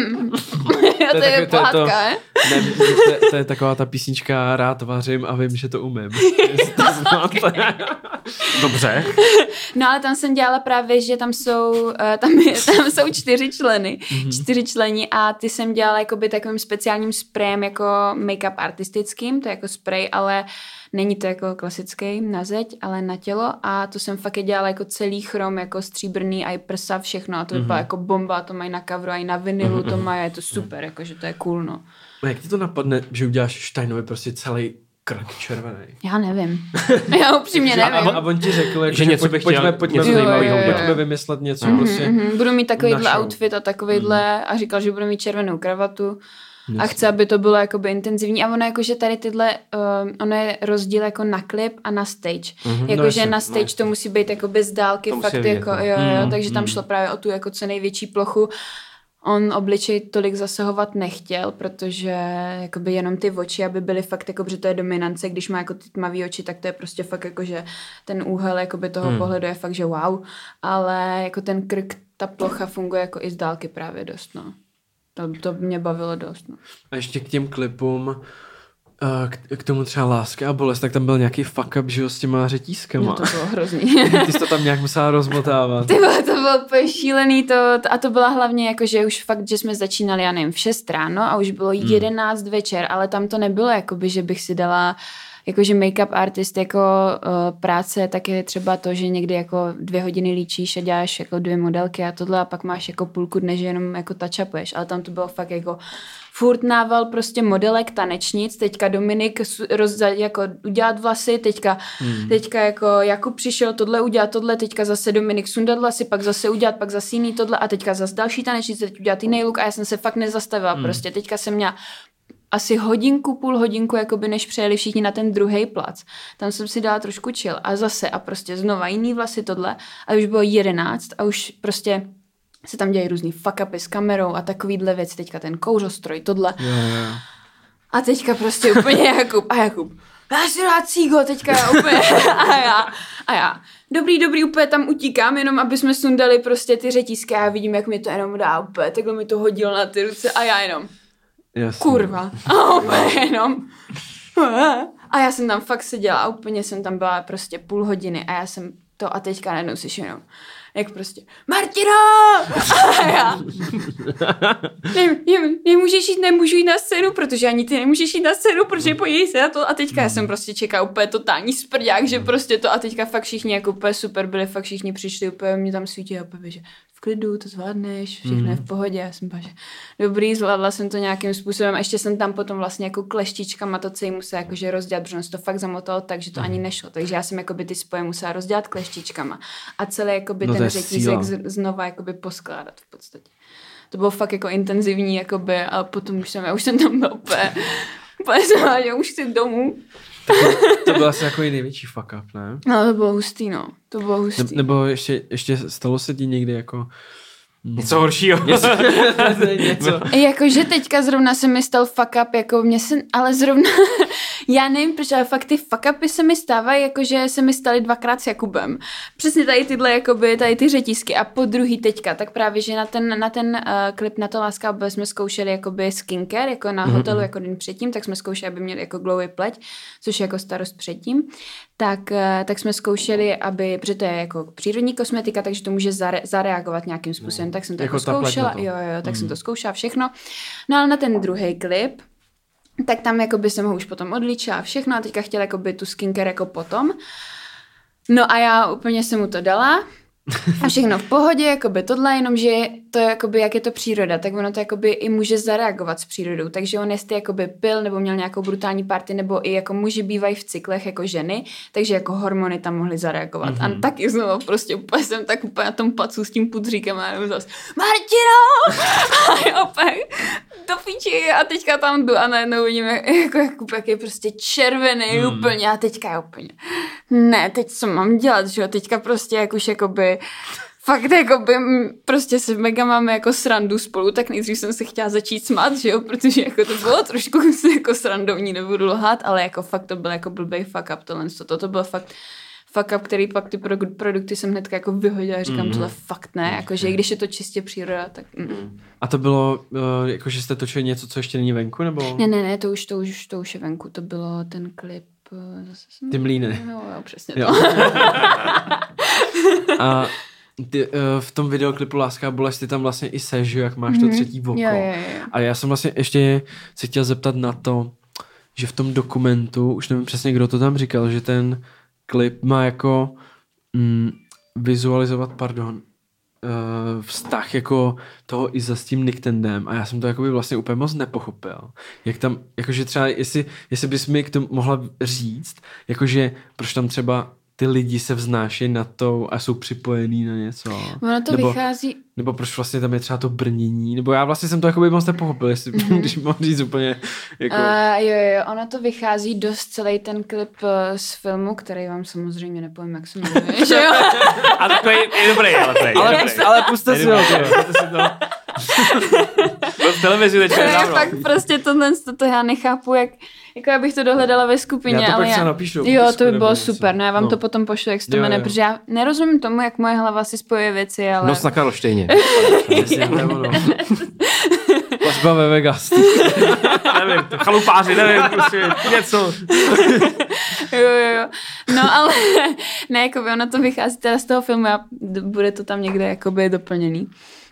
to, to je pohádka, to, ne? ne to, je, to je taková ta písnička Rád vařím a vím, že to umím. To znáte. Dobře. No ale tam jsem dělala právě, že tam jsou, tam, je, tam jsou čtyři členy, mm-hmm. čtyři členi a ty jsem dělala jakoby takovým speciálním sprayem jako make-up artistickým, to je jako spray, ale není to jako klasický na zeď, ale na tělo a to jsem fakt dělala jako celý chrom, jako stříbrný a i prsa, všechno a to vypadá mm-hmm. jako bomba, to mají na coveru a i na vinilu, to mají a je to super, jakože to je cool, no. A jak ti to napadne, že uděláš Steinovi prostě celý krk červený. Já nevím. Já upřímně nevím. A, a on ti řekl, jako, že něco pojď, bych chtěl, pojďme, pojďme, něco zajímavého pojďme, udělat. pojďme vymyslet něco Mm-hmm, prostě. mm-hmm. Budu mít takovýhle na show. outfit a takovýhle a říkal, že budu mít červenou kravatu. Jasně. A chce, aby to bylo jakoby intenzivní. A ono jakože tady tyhle, uh, ono je rozdíl jako na klip a na stage. Mm-hmm. Jakože No, na stage no, to musí být jakoby z dálky, to fakt musí jako, vidět, jo, jo, Mm, takže tam mm. šlo právě o tu jako co největší plochu. On obličej tolik zasahovat nechtěl, protože jakoby jenom ty oči, aby byly fakt jako, protože to je dominance, když má jako ty tmavý oči, tak to je prostě fakt jako, že ten úhel jakoby toho Hmm. pohledu je fakt, že wow, ale jako ten krk, ta plocha funguje jako i z dálky právě dost, no. To, to mě bavilo dost, no. A ještě k těm klipům, uh, k, k tomu třeba Láska a bolest, tak tam byl nějaký fuck up, že jo, s těma řetízkama. No to bylo hrozný. Ty jsi to tam nějak musela rozmotávat. Ty vole, to bylo úplně šílený to, a to byla hlavně jako, že už fakt, že jsme začínali, já nevím, v šest ráno a už bylo jedenáct večer, ale tam to nebylo jakoby, že bych si dala jakože make-up artist jako uh, práce, tak je třeba to, že někdy jako dvě hodiny líčíš a děláš jako dvě modelky a tohle a pak máš jako půlku dne, že jenom jako touch-upuješ, ale tam to bylo fakt jako furt nával prostě modelek, tanečnic, teďka Dominik roz, jako udělat vlasy, teďka, hmm. teďka jako Jakub přišel tohle udělat, tohle, teďka zase Dominik sundat vlasy, pak zase udělat, pak zase jiný tohle a teďka zase další tanečnice, teď udělat jiný look a já jsem se fakt nezastavila hmm. prostě, teďka jsem měla asi hodinku, půl hodinku, jakoby než přejeli všichni na ten druhý plac. Tam jsem si dala trošku chill a zase a prostě znova jiný vlasy tohle a už bylo jedenáct a už prostě se tam dělají různý fuck upy s kamerou a takovýhle věci, teďka ten kouřostroj, tohle. Yeah, yeah. A teďka prostě úplně Jakub a Jakub. Já si rád cígo, teďka já úplně a já, a já. Dobrý, dobrý, úplně tam utíkám, jenom aby jsme sundali prostě ty řetízky a já vidím, jak mi to jenom dá úplně, takhle mi to hodilo na ty ruce a já jenom. Jasně. Kurva. A úplně jenom. A já jsem tam fakt seděla a úplně jsem tam byla prostě půl hodiny a já jsem to a teďka najednou slyším jenom, jak prostě Martino! A já ne, ne, nemůžeš jít, nemůžu jít na scénu, protože ani ty nemůžeš jít na scénu, protože podívej se na to a teďka já jsem prostě čekala úplně totální sprďák, že prostě to a teďka fakt všichni jako úplně super byli, fakt všichni přišli, úplně mě tam svítili a úplně, že v klidu, to zvládneš, všechno je v pohodě, já jsem byla, že dobrý, zvládla jsem to nějakým způsobem a ještě jsem tam potom vlastně jako kleštičkama to celý musela jakože rozdělat, protože on se to fakt zamotalo tak, že to ani nešlo, takže já jsem jakoby ty spoje musela rozdělat kleštičkama a celý jakoby No ten řetízek z, znova jakoby poskládat v podstatě. To bylo fakt jako intenzivní jakoby a potom už jsem, já už jsem tam byla úplně, úplně jsem, že už chci domů. To byl asi jako největší fuck up, ne? No to bylo hustý, no. To bylo hustý. Ne, nebo ještě, ještě stalo se ti někdy jako... Něco horšího. Něco. něco. Jakože teďka zrovna se mi stal fuck up, jako mě se, ale zrovna, já nevím proč, ale fakt ty fuck upy se mi stávají, jakože se mi staly dvakrát s Jakubem. Přesně tady tyhle, jakoby, tady ty řetízky a po druhý teďka, tak právě, že na ten, na ten uh, klip na to Láska a bolest jsme zkoušeli jakoby skincare, jako na hotelu, mm-hmm. jako den předtím, tak jsme zkoušeli, aby měli jako glowy pleť, což je jako starost předtím. Tak, tak jsme zkoušeli, aby, protože to je jako přírodní kosmetika, takže to může zare, zareagovat nějakým způsobem, tak jsem to jako, jako zkoušela, to. jo, jo, tak mm. jsem to zkoušela všechno. No ale na ten druhý klip, tak tam jakoby jsem ho už potom odličila všechno a teďka chtěla jakoby tu skincare jako potom. No a já úplně jsem mu to dala a všechno v pohodě, jakoby tohle, jenomže to jakoby, jak je to příroda, tak ono to jakoby i může zareagovat s přírodou, takže on jestli jakoby pil nebo měl nějakou brutální party, nebo i jako muži bývají v cyklech jako ženy, takže jako hormony tam mohly zareagovat. Mm-hmm. A taky znovu prostě úplně jsem tak úplně na tom pacu s tím pudříkem a jenom zase Martino! A já úplně do píči a teďka tam jdu a najednou vidím, jak, jako, jak, jak je prostě červený mm. úplně a teďka je úplně ne, teď co mám dělat, že jo, teďka prostě jak už jakoby fakt jakoby prostě se mega máme jako srandu spolu, tak nejdřív jsem se chtěla začít smát, že jo, protože jako to bylo trošku jako srandovní, nebudu lhát, ale jako fakt to byl jako blbej fuck up tohle, to, to bylo fakt fuck up, který pak ty produkty jsem hnedka jako vyhodila a říkám, mm. tohle fakt ne, jakože i když je to čistě příroda, tak mm. A to bylo, uh, jako že jste točili něco, co ještě není venku, nebo? Ne, ne, ne, to už, to už, to už je venku, to bylo ten klip. Zase jsem... Ty mlýny. Jo, jo, přesně jo. to. A ty, uh, v tom videoklipu Láska a bolest, ty tam vlastně i seš, jak máš mm-hmm. to třetí oko. Jo, jo, jo. A já jsem vlastně ještě se chtěl zeptat na to, že v tom dokumentu, už nevím přesně, kdo to tam říkal, že ten klip má jako mm, vizualizovat, pardon, uh, vztah jako toho Iza s tím Nicktendem a já jsem to jakoby vlastně úplně moc nepochopil. Jak tam, jakože třeba, jestli, jestli bys mi k tomu mohla říct, jakože proč tam třeba ty lidi se vznášejí na to a jsou připojený na něco. Ono to nebo, vychází... Nebo proč vlastně tam je třeba to brnění, nebo já vlastně jsem to jakoby moc nepochopil, jestli, mm-hmm. když mám říct úplně jako... Uh, jo, jo, ono to vychází dost celý ten klip uh, z filmu, který vám samozřejmě nepovím, jak se jmenuje, že jo? A takový je dobrý, ale to je ale, dobrý. puste, ale puste si ho, puste si to. Byl v televizi teď To je fakt prostě tohle, to, to já nechápu, jak, jako já bych to dohledala ve skupině, já to ale pak já... napíšu, Jo, to by bylo něco. super, no já vám no. to potom pošlu, jak se to Jo, jmenuje, jo. protože já nerozumím tomu, jak moje hlava si spojuje věci, ale... Noc na Karlštejně. Pasba ve Vegas. Nevím, chalupáři, nevím, prostě něco. jo, jo, jo. No ale ne, jakoby ono to vychází teda z toho filmu a bude to tam někde jakoby doplněný.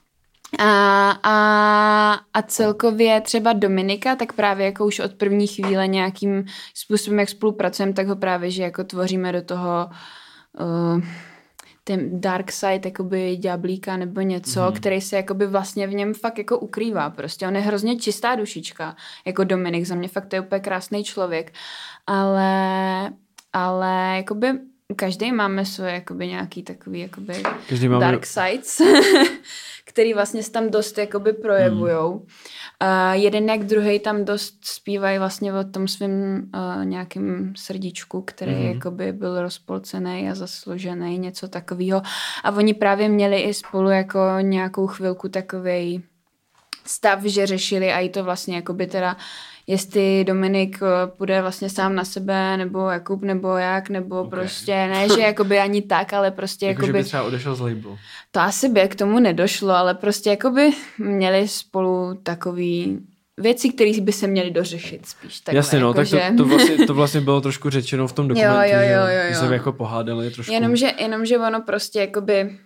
A, a, a celkově třeba Dominika, tak právě jako už od první chvíle nějakým způsobem, jak spolupracujeme, tak ho právě, že jako tvoříme do toho uh, ten dark side, jakoby ďáblíka nebo něco, mm. který se jakoby vlastně v něm fakt jako ukrývá prostě. On je hrozně čistá dušička, jako Dominik, za mě fakt to je úplně krásný člověk, ale, ale jakoby každý máme svoje jakoby nějaký takový jakoby máme... dark sides, který vlastně se tam dost jakoby projevujou. Hmm. Uh, jeden jak druhý tam dost zpívají vlastně o tom svým uh, nějakým srdíčku, který hmm. jakoby byl rozpolcený a zaslužený, něco takového. A oni právě měli i spolu jako nějakou chvilku takovej stav, že řešili a i to vlastně jakoby teda jestli Dominik půjde vlastně sám na sebe, nebo Jakub, nebo jak, nebo okay. prostě, ne, že jakoby ani tak, ale prostě jako, jakoby... že by třeba odešel z labelu. To asi by k tomu nedošlo, ale prostě jakoby měli spolu takový věci, které by se měly dořešit spíš. Takhle, jasně, no, jako, tak že... to, to, vlastně, to vlastně bylo trošku řečeno v tom dokumentu, jo, jo, jo, jo, jo. že se jako pohádali trošku. Jenomže, jenomže ono prostě jakoby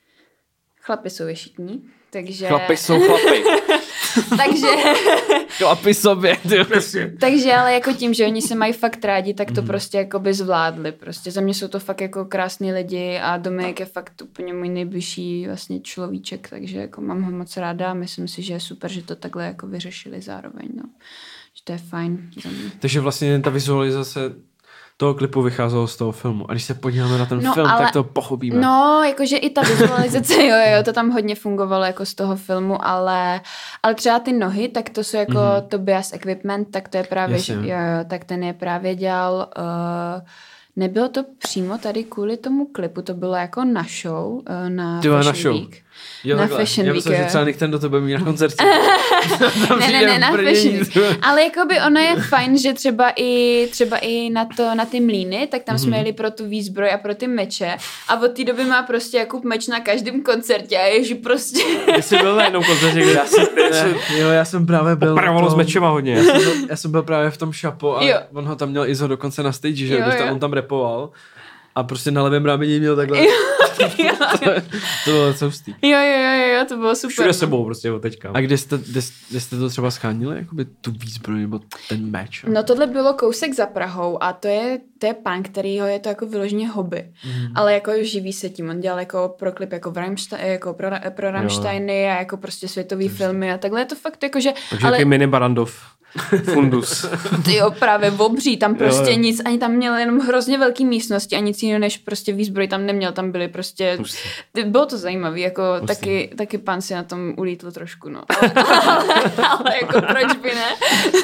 chlapi jsou ješitní, takže... Chlapi jsou chlapi. takže... Chlapi sobě. takže ale jako tím, že oni se mají fakt rádi, tak to mm. prostě jakoby zvládli. Prostě za mě jsou to fakt jako krásní lidi a Dominik je fakt úplně můj nejbližší vlastně človíček, takže jako mám ho moc ráda a myslím si, že je super, že to takhle jako vyřešili zároveň, no. Že to je fajn za mě. Takže vlastně ta vizualizace toho klipu vycházelo z toho filmu. A když se podíváme na ten no, film, ale, tak to pochopíme. No, jakože i ta vizualizace, jo, jo, to tam hodně fungovalo jako z toho filmu, ale, ale třeba ty nohy, tak to jsou jako mm-hmm. Tobias Equipment, tak to je právě, že, jo, jo, tak ten je právě dělal, uh, nebylo to přímo tady kvůli tomu klipu, to bylo jako na show, uh, na Tyhle, Fashion na show. Week. Jo, na takhle. Fashion Já Week, myslím, že třeba Nick ten do tebe mít na koncertě. ne, ne, ne, na Fashion Week. Ale jakoby ono je fajn, že třeba i, třeba i na, to, na ty mlýny, tak tam mm-hmm. jsme jeli pro tu výzbroj a pro ty meče a od té doby má prostě Jakub meč na každém koncertě a ježi prostě... Ty jsi byl na jednom koncertě, kde já jsem, jo, já jsem právě byl... Opravovalo s mečema hodně. Já jsem, byl, já jsem byl právě v tom šapo a jo. on ho tam měl Izo dokonce na stage, že jo, když tam, jo. on tam rapoval. A prostě na levém rámeni měl takhle. Jo, jo, to, to bylo co hustý. Jo, jo, jo, jo, to bylo super. Všude sebou prostě od teďka. A kde jste, kde, kde jste to třeba schánili? Jakoby tu výzbroj nebo ten meč? No tohle bylo kousek za Prahou a to je, to je pán, kterýho je to jako vyloženě hobby. Mm. Ale jako živí se tím. On dělal jako pro klip jako, v Rammstein, jako pro, pro Rammsteiny a jako prostě světový to filmy a takhle je to fakt jako, že... Takže ale... jaký mini Barandov. Fundus. Ty jo, právě obří, tam prostě jo, jo. nic, ani tam měl jenom hrozně velký místnosti a nic jiného než prostě výzbroj tam neměl, tam byly prostě, ty, bylo to zajímavé, jako taky, taky pán si na tom ulítl trošku, no. Ale, ale, ale jako proč by ne?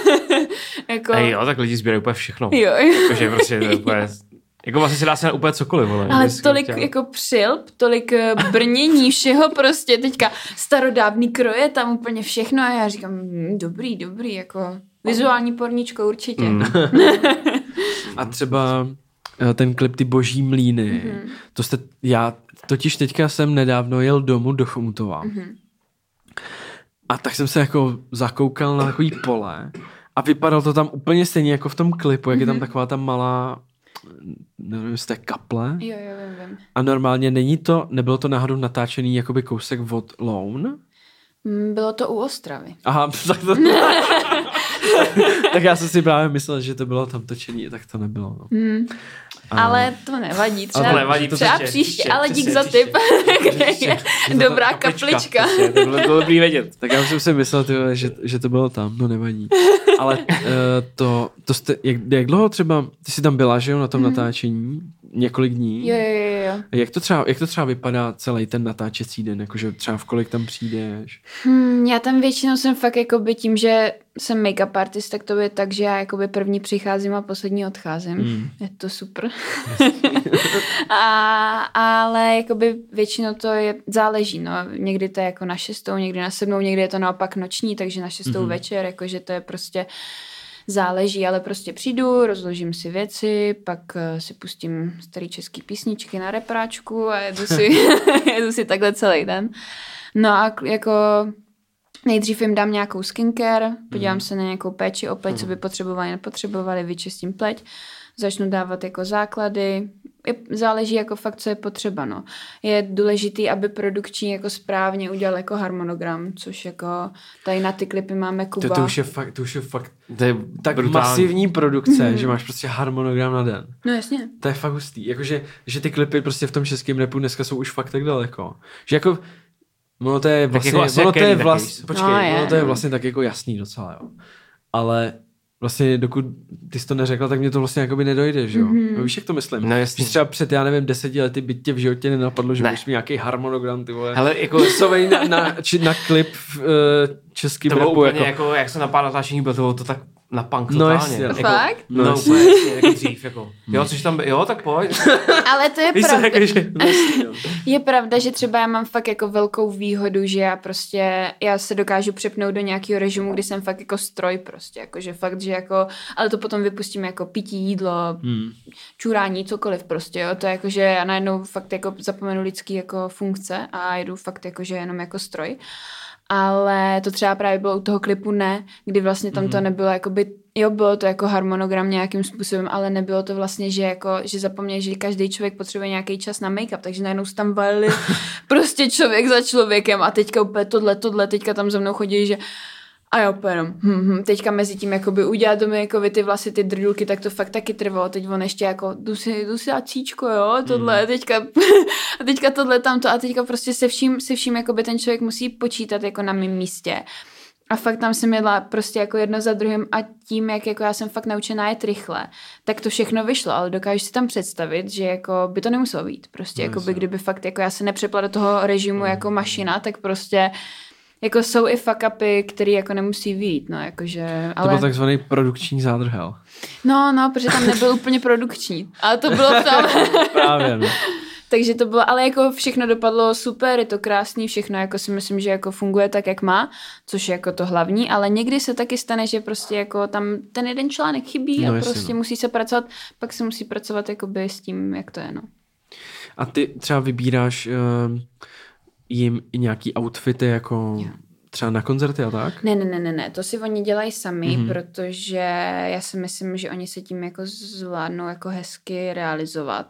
jako... Ej jo, tak lidi sbírají úplně všechno. Jo, jo. Takže prostě to je úplně... Jako vlastně se dá se na úplně cokoliv, vole. Ale tolik jako přilp, tolik brnění všeho prostě, teďka starodávný kroje, tam úplně všechno a já říkám, hm, dobrý, dobrý, jako vizuální porničko určitě. Mm. A třeba ten klip Ty boží mlýny, mm-hmm. to jste, já totiž teďka jsem nedávno jel domů do Chomutova mm-hmm. a tak jsem se jako zakoukal na takový pole a vypadalo to tam úplně stejně jako v tom klipu, jak mm-hmm. je tam taková ta malá nevím, z té kaple. Jo, jo, vím, vím. A normálně není to, nebylo to náhodou natáčený jakoby kousek od Loun? Bylo to u Ostravy. Aha, tak to... tak já jsem si právě myslel, že to bylo tam točený, tak to nebylo. No. Mm. A... Ale to nevadí. Třeba, to nevadí, třeba příště, příště, příště, ale příště, dík za příště, tip, kde je dobrá kaplička. Prostě, to bylo to dobrý vědět. Tak já už jsem si myslel, tyhle, že, že to bylo tam, no nevadí. Ale uh, to, to jste, jak, jak dlouho třeba, ty jsi tam byla, že jo, na tom mm. natáčení? Několik dní? Jo, jo, jo. Jak to třeba, jak to třeba vypadá celý ten natáčecí den? Jakože třeba v kolik tam přijdeš? Hmm, já tam většinou jsem fakt jakoby tím, že jsem make-up artist, tak to je tak, že já jakoby první přicházím a poslední odcházím. Mm. Je to super. a, ale jakoby většinou to je, záleží, no. Někdy to je jako na šestou, někdy na sedmou, někdy je to naopak noční, takže na šestou mm-hmm. večer, jakože to je prostě záleží, ale prostě přijdu, rozložím si věci, pak uh, si pustím starý český písničky na repráčku a jedu si, jedu si takhle celý den. No a jako nejdřív jim dám nějakou skincare, podívám mm. se na nějakou péči o pleť, mm. co by potřebovali, nepotřebovali, vyčistím pleť, začnu dávat jako základy, je, záleží jako fakt, co je potřeba, no. Je důležitý, aby produkční jako správně udělal jako harmonogram, což jako tady na ty klipy máme Kuba. To, to už je fakt, to už je fakt to je tak brutální. Masivní produkce, mm. že máš prostě harmonogram na den. No jasně. To je fakt hustý, jakože, že ty klipy prostě v tom českém rapu dneska jsou už fakt tak daleko, že jako ono to je vlastně, jako ono to je vlastně, počkej, no, ono je, to je no. vlastně tak jako jasný docela, jo. Ale vlastně dokud ty jsi to neřekla, tak mě to vlastně jakoby nedojde, že jo? Mm-hmm. No, víš, jak to myslím? No jasně. Že třeba před, já nevím, deseti lety by tě v životě nenapadlo, že ne. budeš mít nějaký harmonogram, ty vole. Hele, jako Sovej na, na, či, na klip v uh, českým to bylo rapu, úplně jako. jako, jak se napál natáčení, bylo to, to tak na punk No totálně. jasně. Jako, Fakt? No, no úplně jasně, jako dřív, jako. Jo, což tam, jo, tak pojď. Ale to je Víš, pravda. jako, že... Je pravda, že třeba já mám fakt jako velkou výhodu, že já prostě, já se dokážu přepnout do nějakého režimu, kdy jsem fakt jako stroj prostě, jakože fakt, že jako, ale to potom vypustím jako pití, jídlo, hmm. čurání, cokoliv prostě, jo, to je jako, že já najednou fakt jako zapomenu lidský jako funkce a jedu fakt jako, že jenom jako stroj. Ale to třeba právě bylo u toho klipu ne, kdy vlastně tam mm. to nebylo jakoby, jo, bylo to jako harmonogram nějakým způsobem, ale nebylo to vlastně, že jako, že zapomněli, že každý člověk potřebuje nějaký čas na make-up, takže najednou se tam valili prostě člověk za člověkem a teďka úplně tohle, tohle, teďka tam za mnou chodí, že a jo, úplně jenom, hm, hm, teďka mezi tím jakoby udělat do makeovi ty vlasy, ty drdulky, tak to fakt taky trvalo, teď on ještě jako, jdu si, jdu si dát cíčko, jo, tohle, mm. teďka, a teďka tohle, tamto a teďka prostě se vším, se vším jakoby ten člověk musí počítat jako na mém místě. A fakt tam jsem jedla prostě jako jedno za druhým a tím, jak jako já jsem fakt naučená jet rychle, tak to všechno vyšlo, ale dokážu si tam představit, že jako by to nemuselo být, prostě, no, jako by kdyby fakt jako já se nepřepla do toho režimu mm. jako mašina, tak prostě jako jsou i fuck upy, který jako nemusí vyjít, no, jakože, ale... To byl takzvaný produkční zádrhel. No, no, protože tam nebyl úplně produkční, ale to bylo tam... Právě, no. Takže to bylo, ale jako všechno dopadlo super, je to krásný, všechno jako si myslím, že jako funguje tak, jak má, což je jako to hlavní, ale někdy se taky stane, že prostě jako tam ten jeden článek chybí no, a jasně, prostě no. musí se pracovat, pak se musí pracovat jakoby s tím, jak to je, no. A ty třeba vybíráš uh, jim i nějaký outfity jako... Yeah. Třeba na koncerty a tak? Ne, ne, ne, ne, ne, to si oni dělají sami, mm-hmm. protože já si myslím, že oni se tím jako zvládnou jako hezky realizovat.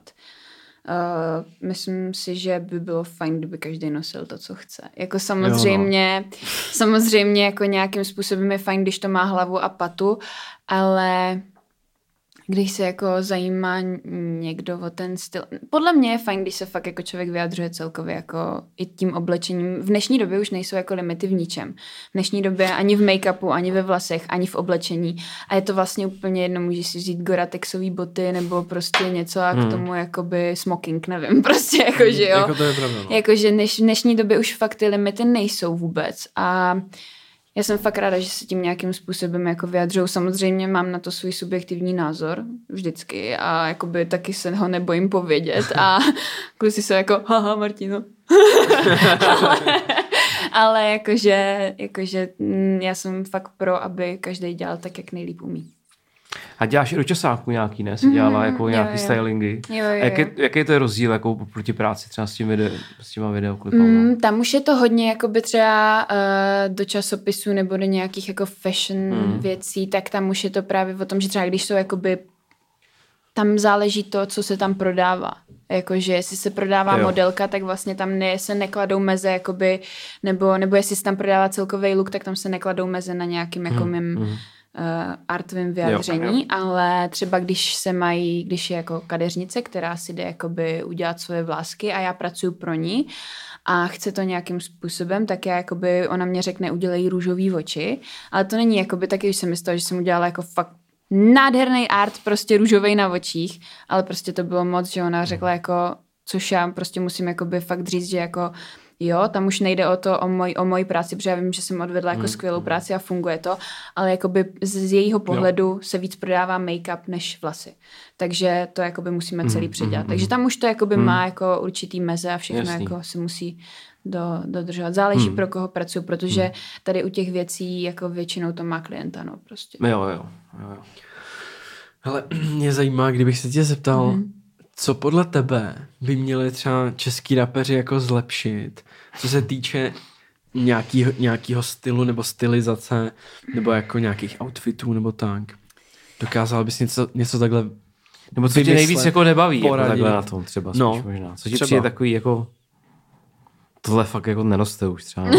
Uh, myslím si, že by bylo fajn, kdyby každý nosil to, co chce. Jako samozřejmě, jo, no. samozřejmě jako nějakým způsobem je fajn, když to má hlavu a patu, ale když se jako zajímá někdo o ten styl. Podle mě je fajn, když se fakt jako člověk vyjadřuje celkově jako i tím oblečením. V dnešní době už nejsou jako limity v ničem. V dnešní době ani v make-upu, ani ve vlasech, ani v oblečení. A je to vlastně úplně jedno, můžeš si vzít Gore-Texový boty nebo prostě něco a k tomu hmm. jakoby smoking, nevím, prostě jako, že jo. Jako to je pravda, no. Jakože dneš, v dnešní době už fakt ty limity nejsou vůbec. A já jsem fakt ráda, že se tím nějakým způsobem jako vyjadřují. Samozřejmě mám na to svůj subjektivní názor vždycky a jakoby taky se ho nebojím povědět a kluci jsou jako haha Martino. ale, ale jakože, jakože já jsem fakt pro, aby každý dělal tak, jak nejlíp umí. A děláš i do časáku nějaký, ne? Jsi dělala jako mm, nějaký jo, jo. stylingy. Jo, jo, jo. Jaký, jaký to je rozdíl jako proti práci třeba s, tím video, s těma videoklipama? Mm, tam už je to hodně jakoby třeba uh, do časopisů nebo do nějakých jako fashion mm. věcí, tak tam už je to právě o tom, že třeba když jsou jakoby tam záleží to, co se tam prodává. Jakože jestli se prodává jo. modelka, tak vlastně tam ne, se nekladou meze, jakoby, nebo, nebo jestli se tam prodává celkový look, tak tam se nekladou meze na nějakým jako mm. mým Mm. artovým vyjádření, jo, jo. ale třeba když se mají, když je jako kadeřnice, která si jde jakoby udělat svoje vlásky a já pracuji pro ní a chce to nějakým způsobem, tak já jakoby, ona mě řekne, udělej růžový oči, ale to není jakoby taky, už jsem myslela, že jsem udělala jako fakt nádherný art, prostě růžovej na očích, ale prostě to bylo moc, že ona řekla jako, což já prostě musím jakoby fakt říct, že jako jo, tam už nejde o to, o moji, o moji práci, protože já vím, že jsem odvedla jako skvělou práci a funguje to, ale jakoby z, z jejího pohledu jo. se víc prodává make-up než vlasy. Takže to jakoby musíme celý mm, předělat. Mm, Takže tam už to jakoby mm. má jako určitý meze a všechno Jasný. jako se musí do, dodržovat. Záleží mm. pro koho pracuji, protože mm. tady u těch věcí jako většinou to má klienta, no prostě. Jo, jo, jo. Hele, mě zajímá, kdybych se tě zeptal, mm. co podle tebe by měli třeba český rapeři jako zlepšit, co se týče nějakýho, nějakýho stylu nebo stylizace, nebo jako nějakých outfitů nebo tak. Dokázal bys něco, něco takhle nebo co tě nejvíc jako nebaví jako takhle na tom třeba spíš no, možná. Co ti třeba. Přijde takový jako tohle fakt jako nenoste už třeba.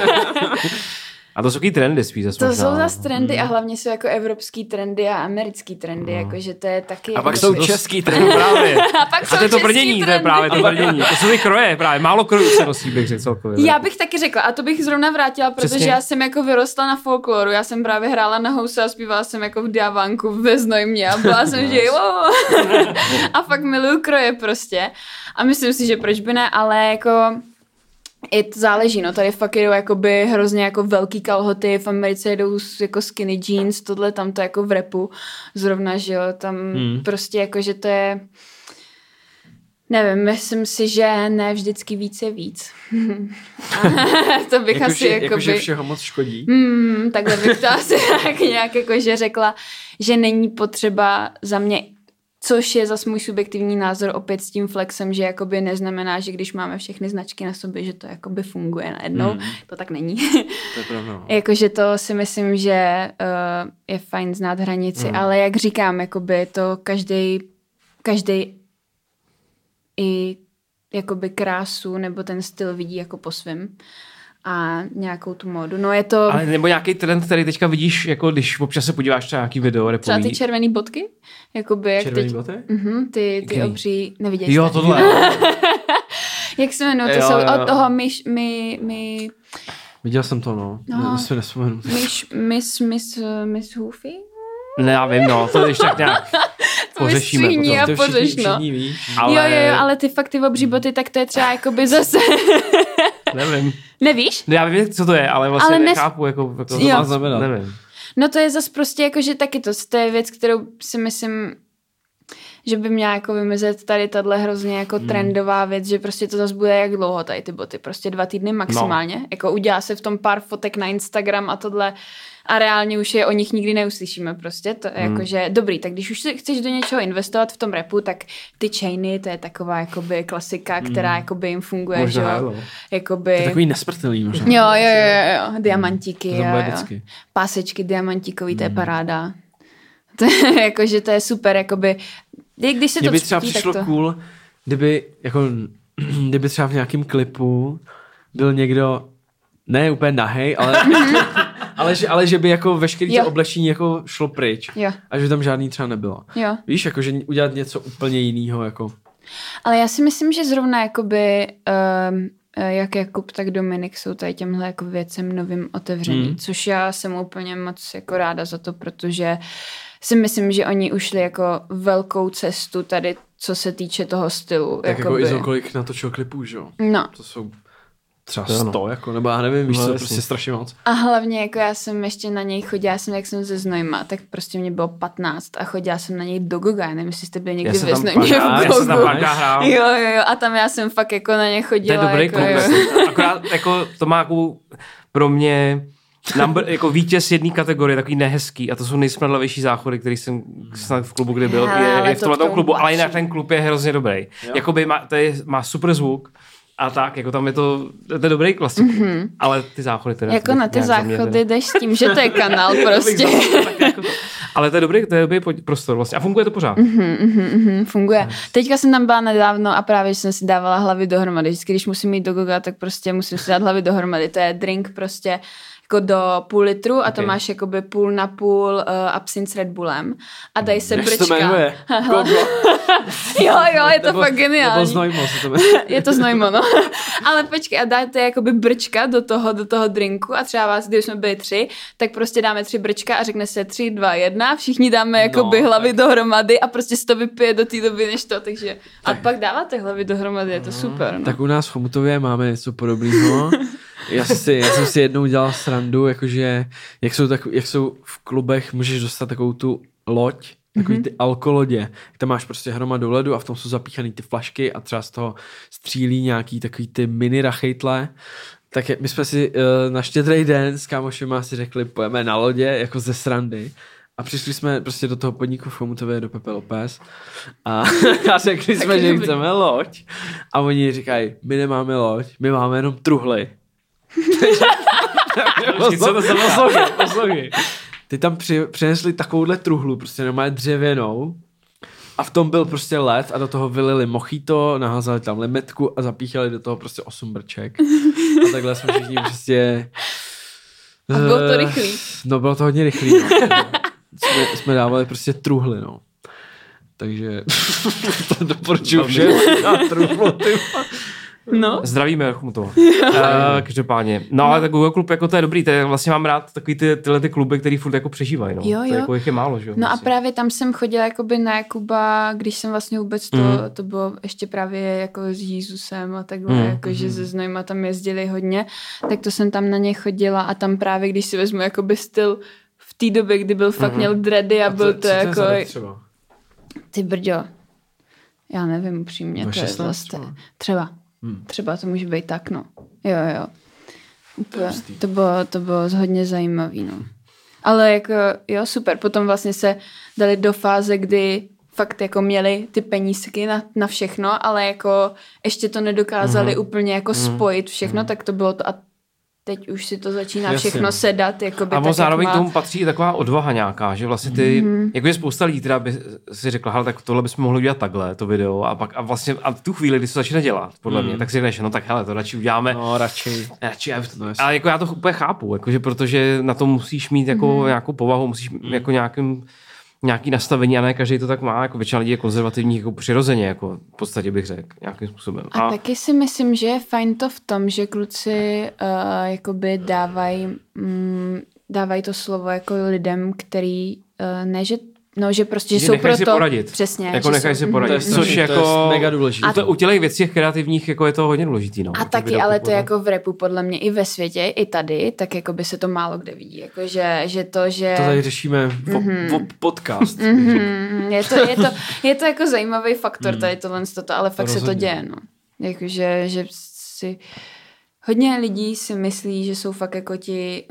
A to jsou takový trendy spíš zase To možná. jsou zase trendy a hlavně jsou jako evropský trendy a americký trendy, no. jakože to je taky... A pak jsou to... český trendy právě. A pak jsou a to je to brnění, to je právě to brnění. To jsou ty kroje právě, málo krojů se nosí, bych řekl celkově. Já bych taky řekla a to bych zrovna vrátila, protože Přesně. já jsem jako vyrostla na folkloru, já jsem právě hrála na house a zpívala jsem jako v Diavánku ve Znojmě a byla jsem, že jo. A fakt miluju kroje prostě. A myslím si, že proč by ne, ale jako... I to záleží, no, tady fakt jedou jakoby hrozně jako velký kalhoty, v Americe jedou jako skinny jeans, tohle tam to jako v rapu zrovna, že jo, tam hmm. prostě jako, že to je, nevím, myslím si, že ne vždycky víc je víc. To bych jako asi že, jakoby... Jakože všeho moc škodí. Hmm, takhle bych to asi tak nějak jakože řekla, že není potřeba za mě. Což je zase můj subjektivní názor opět s tím flexem, že jakoby neznamená, že když máme všechny značky na sobě, že to jakoby funguje najednou. Hmm. To tak není. To je pravda. Jakože to si myslím, že uh, je fajn znát hranici, hmm. ale jak říkám, jakoby to každej, každej i jakoby krásu nebo ten styl vidí jako po svým. A nějakou tu módu. No je to... Ale nebo nějaký trend, který teďka vidíš, jako když občas se podíváš třeba nějaký video repový. Třeba ty červený bodky? Jakoby, jak červený teď... boty? Mhm, ty, ty obří... Neviděš Jo, tohle. Jak se jmenuje? To jo, jsou jo. od toho myš... My... my... Viděl jsem to, no. no. Ne, nespomenu. Myš... Miss... Miss... Miss Hoofy? Ne, já vím, no. To ještě tak nějak pořešíme. To mi a pořeš, no. Ale... Jo, jo, jo, ale ty fakt ty obří boty, tak to je třeba jakoby zase... Nevím. Nevíš? No já vím, co to je, ale vlastně ale nechápu, nes... jako, jako co to má znamenat. Nevím. No to je zase prostě jako, že taky to, to je věc, kterou si myslím, že by měla jako vymizet tady tahle hrozně jako hmm. trendová věc, že prostě to zase bude jak dlouho tady ty boty, prostě dva týdny maximálně, no. Jako udělá se v tom pár fotek na Instagram a tohle a reálně už je o nich nikdy neuslyšíme prostě, to je hmm. jako, že dobrý, tak když už chceš do něčeho investovat v tom rapu, tak ty chainy, to je taková jakoby klasika, která hmm. jakoby jim funguje, možná, že jo, jakoby... To je takový nesmrtelný možná. Jo, jo, jo, jo, diamantíky, hmm. jo, jo. Pásečky diamantíkový, to je paráda. To je jako, že to je super, jakoby, když se Mně to by třeba cpí, přišlo to... cool, kdyby, jako, kdyby třeba v nějakém klipu byl někdo, ne úplně nahej, ale, ale, že, ale že by jako veškerý to oblečení jako šlo pryč. Jo. A že by tam žádný třeba nebylo. Jo. Víš, jako, že udělat něco úplně jinýho, jako. Ale já si myslím, že zrovna jakoby... Um, jak Jakub, tak Dominik jsou tady těmhle jako věcem novým otevřený, hmm. což já jsem úplně moc jako ráda za to, protože si myslím, že oni ušli jako velkou cestu tady, co se týče toho stylu. Tak jakoby. Jako Izo, kolik natočil klipů, že jo? No. To jsou třeba sto, jako, nebo já nevím, víš no, co, jasný. prostě strašně moc. A hlavně, jako já jsem ještě na něj chodila, já jsem, jak jsem ze Znojma, tak prostě mě bylo patnáct a chodila jsem na něj do Goga, já nevím, jestli jste byli někdy ve Znojmě v Gogu. Já jsem tam párkrát hrál. Jo, jo, jo, a tam já jsem fakt jako na ně chodila. To je dobrý jako, klub, akorát jako to má jako pro mě number, jako vítěz jedné kategorie, takový nehezký, a to jsou nejsmradlavější záchody, který jsem snad v klubu, kde byl, Hele, je, je v tomhle klubu, patří. ale jinak ten klub je hrozně dobrý. Jo? Jakoby má, to je, má super zvuk, a tak, jako tam je to, to je dobrý klasik, mm-hmm. ale ty záchody teda... Jako na ty záchody jdeš s tím, že to je kanál prostě. jako to. Ale to je dobrý, to je dobrý prostor vlastně a funguje to pořád. Mm-hmm, mm-hmm, funguje. Teďka jsem tam byla nedávno a právě jsem si dávala hlavy dohromady. Vždycky, když musím jít do Goga, tak prostě musím si dát hlavy dohromady. To je drink prostě jako do půl litru a Okay. to máš jakoby půl na půl uh, absint s Red Bullem a dají se Jak brčka. se to jmenuje? Gogo. jo, jo, je to nebo, fakt geniální. Nebo Znojmo se to jmenuje. Je to Znojmo, no. Ale počkej, a dáte jakoby brčka do toho, do toho drinku a třeba vás, když jsme byli tři, tak prostě dáme tři brčka a řekne se tři, dva, jedna, všichni dáme jakoby No, hlavy tak. dohromady a prostě se to vypije do té doby, než to, takže a pak dáváte hlavy dohromady, je to super, no. Tak u nás v Chomutově máme něco podobného. Já, si, já jsem si jednou dělal srandu, jakože jak jsou, tak, jak jsou v klubech, můžeš dostat takovou tu loď, takový ty alkolodě. Tam máš prostě hromadu ledu a v tom jsou zapíchaný ty flašky a třeba z toho střílí nějaký takový ty mini rachejtle. Tak je- my jsme si uh, na Štědrý den s kámošema si řekli, pojeme na lodě jako ze srandy. A přišli jsme prostě do toho podniku v Chomutově do Pepe López a, a řekli jsme, že chceme loď. A oni říkají, my nemáme loď, my máme jenom truhly. Co to znamená? Poslouchej, poslouchej. Ty tam při, přinesli takovouhle truhlu, prostě normálně dřevěnou a v tom byl prostě led a do toho vylili mochito, naházali tam limetku a zapíchali do toho prostě osm brček. A takhle jsme všichni prostě... A bylo to eh, rychlý. No bylo to hodně rychlý, no. jsme, jsme dávali prostě truhly, no. Takže to doporučuji všem na truhlu, ty. No. Zdravíme Chomutova. uh, každopádně. No ale tak Google klub jako to je dobrý, to je, vlastně mám rád takový ty, tyhle ty kluby, který furt jako přežívají, no. Jo, To jo. jako jich je málo, že jo. No a vlastně. právě tam jsem chodila jakoby na Jakuba, když jsem vlastně vůbec to, Mhm. to bylo ještě právě jako s Jesusem a takhle, Mhm, jako že se Znojma tam jezdili hodně, tak to jsem tam na ně chodila a tam právě, když si vezmu jakoby styl v té době, kdy byl fakt měl dready a, A byl co- to co je jako, za rok třeba? ty brďo, já nevím upřímně, to je dvacet šestnáct vlastně, třeba? třeba, Hmm. třeba to může být tak, no, jo, jo, úplně, hustý. to bylo, to bylo hodně zajímavý, no. Ale jako, jo, super. Potom vlastně se dali do fáze, kdy fakt jako měli ty penízky na, na všechno, ale jako ještě to nedokázali Mhm. úplně jako Mhm. spojit všechno, Mhm. tak to bylo to a teď už si to začíná Jasně, všechno no. sedat, jakoby A tak, tak, zároveň jak k má... tomu patří i taková odvaha nějaká, že vlastně ty, Mhm. mm-hmm. jako je spousta lidí, která by si řekla, hele, tak tohle bychom mohli udělat takhle, to video, a pak a vlastně a v tu chvíli, kdy se to začne dělat, podle Mm. mě, tak si řekneš, no tak hele, to radši uděláme. No, radši. Radši, já- No, jasně. ale jako já to úplně chápu, jakože, protože na to musíš mít jako Mhm. nějakou povahu, musíš Mm. jako nějakým, nějaký nastavení a ne každý to tak má, jako většina lidí je konzervativní jako přirozeně, jako v podstatě bych řekl, nějakým způsobem. A, a taky si myslím, že je fajn to v tom, že kluci uh, jakoby dávají mm, dávají to slovo jako lidem, který uh, ne, že no, že prostě, že Že jsou nechají si proto... poradit. Přesně. Jako že nechají jsou, si poradit. To je, Což strašně, jako- to je mega důležité. A To, u těch věcí kreativních jako je to hodně důležitý. No, A Ty taky, video ale to potom. jako v rapu podle mě i ve světě, i tady, tak jako by se to málo kde vidí. Jako že, že to, že... To tady řešíme v, Mhm. v podcast. Mm-hmm. Je, to, je, to, je to jako zajímavý faktor Mm. tady tohle, toto, ale fakt To se to rozhodně. děje. No. Jakože, že si... Hodně lidí si myslí, že jsou fakt jako ti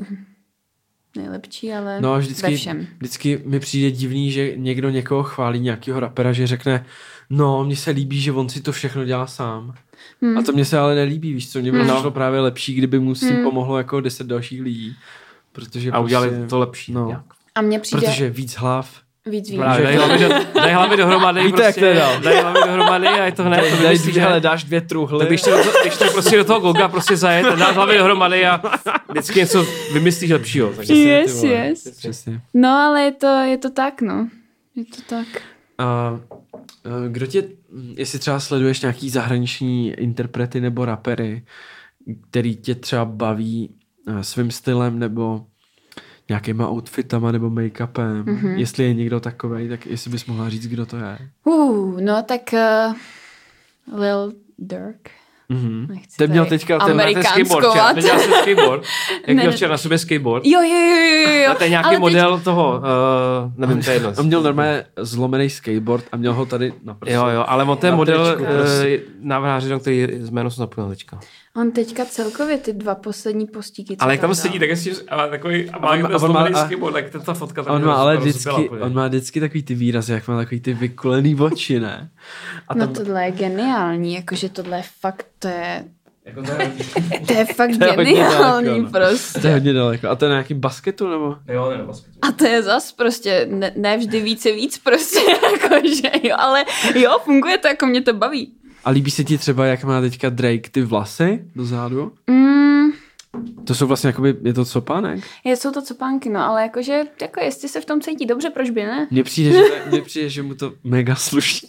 nejlepší, ale No a ve vždycky, všem. vždycky mi přijde divný, že někdo někoho chválí, nějakého rapera, že řekne, no, mně se líbí, že on si to všechno dělá sám. Hmm. A to mně se ale nelíbí, víš co, mě by Hmm. přišlo právě lepší, kdyby mu s tím Hmm. pomohlo jako deset dalších lidí. Protože A udělali prostě, to lepší. No. nějak. A mně přijde Protože víc hlav. víc víc. Právě, dají hlavy, do, dají hlavy dohromady, Víte, jak to je prostě, dál. dají hlavy dohromady a je to hned. To Daj vymyslí, dvě, že- hele, dáš dvě truhly. Tak když to, když to prostě do toho Goga prostě zajet a dáš hlavy dohromady a vždycky něco vymyslíš lepšího. Takže Přesně, Yes, ty vole. yes. Přesně. No, ale je to, je to tak, no. Je to tak. A a kdo tě, jestli třeba sleduješ nějaký zahraniční interprety nebo rapery, který tě třeba baví eh, svým stylem nebo nějakýma outfitama nebo make-upem, Mhm. mm-hmm. jestli je někdo takovej, tak jestli bys mohla říct, kdo to je. Uh, no tak uh, Lil Durk. Mm-hmm. Nechci Ten měl tady teďka ten, ten skateboard, včera, amerikánskovat. teď dělal jsem skateboard. Jak Ne, měl ne. včera na sobě skateboard. Jo, jo, jo, jo, jo. A to je nějaký Ale teď- model toho, uh, nevím, to je jedno. on měl normálně zlomený skateboard a měl ho tady na prsu. Jo, jo, ale on ten Na model tričku prostě. uh, návrháři, no, který jméno jsem zapomněl teďka. On teďka celkově ty dva poslední postíky, co Ale jak tam dal. sedí, tak je ale takový, a má on ten má- on zlomený má- a- skateboard, tak ten ta fotka tam On je má ale rozbila vždycky, úplně. on má vždycky takový ty výrazy, jak má takový ty vykulený oči, ne? A No tam, tohle je geniální, jakože tohle je fakt, to je, Jako to je, to je fakt To je hodně geniální daleko, no. prostě. to je hodně daleko. A to je na nějakým basketu, nebo? jo, ne, basket. A to je zas prostě, ne, ne vždy více víc prostě, jakože jo, ale jo, funguje to, jako mě to baví. A líbí se ti třeba, jak má teďka Drake ty vlasy dozadu? Mm, To jsou vlastně jakoby, je to copánek? Je, jsou to copánky, no, ale jakože, jako jestli se v tom cítí dobře, proč by ne? Mně přijde, že, mně přijde, že mu to mega sluší.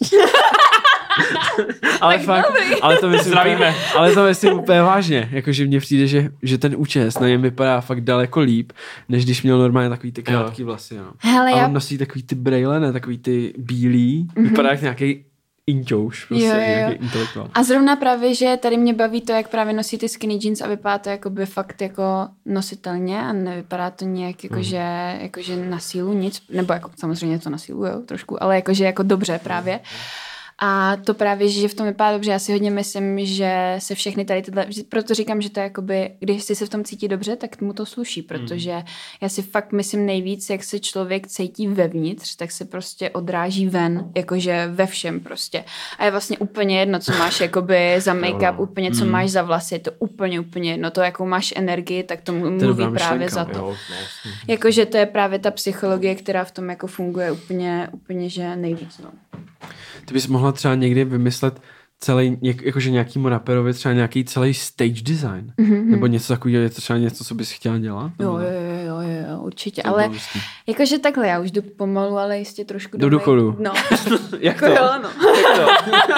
ale fakt, ale to myslím, Zdravíme. ale to myslím úplně vážně, jakože mně přijde, že, že ten účes na něm vypadá fakt daleko líp, než když měl normálně takový ty krátký vlasy, no. Hele, a já... on nosí takový ty brejle, ne, takový ty bílý, mm-hmm. vypadá jak nějaký inťouš, prostě jo, jo, jo. nějaký intelektuál. A zrovna právě, že tady mě baví to, jak právě nosí ty skinny jeans a vypadá to jakoby fakt jako nositelně a nevypadá to nějak jakože, mm. jakože na sílu nic, nebo jako samozřejmě to na sílu, jo, trošku, ale jakože jako dobře právě. A to právě, že v tom vypadá dobře, já si hodně myslím, že se všechny tady tyhle, proto říkám, že to je jakoby, když si se v tom cítí dobře, tak mu to sluší, protože mm. já si fakt myslím nejvíc, jak se člověk cítí vevnitř, tak se prostě odráží ven, jakože ve všem prostě. A je vlastně úplně jedno, co máš jakoby za make-up, úplně co mm. máš za vlasy, je to úplně, úplně jedno. To, jakou máš energii, tak to mluví to právě myšlenka, za to. Jo, jakože to je právě ta psychologie, která v tom jako funguje úplně, úplně že nejvíc, no. Ty bys mohla třeba někdy vymyslet celý, jakože nějakýmu raperovi třeba nějaký celý stage design. Mm-hmm. Nebo něco takového, je to třeba něco, co bys chtěla dělat? Jo, jo, jo, jo, jo, určitě. Ale jakože takhle, já už jdu pomalu, ale jistě trošku do, do důchodu. No. Jak to? Jo, no. Jak to?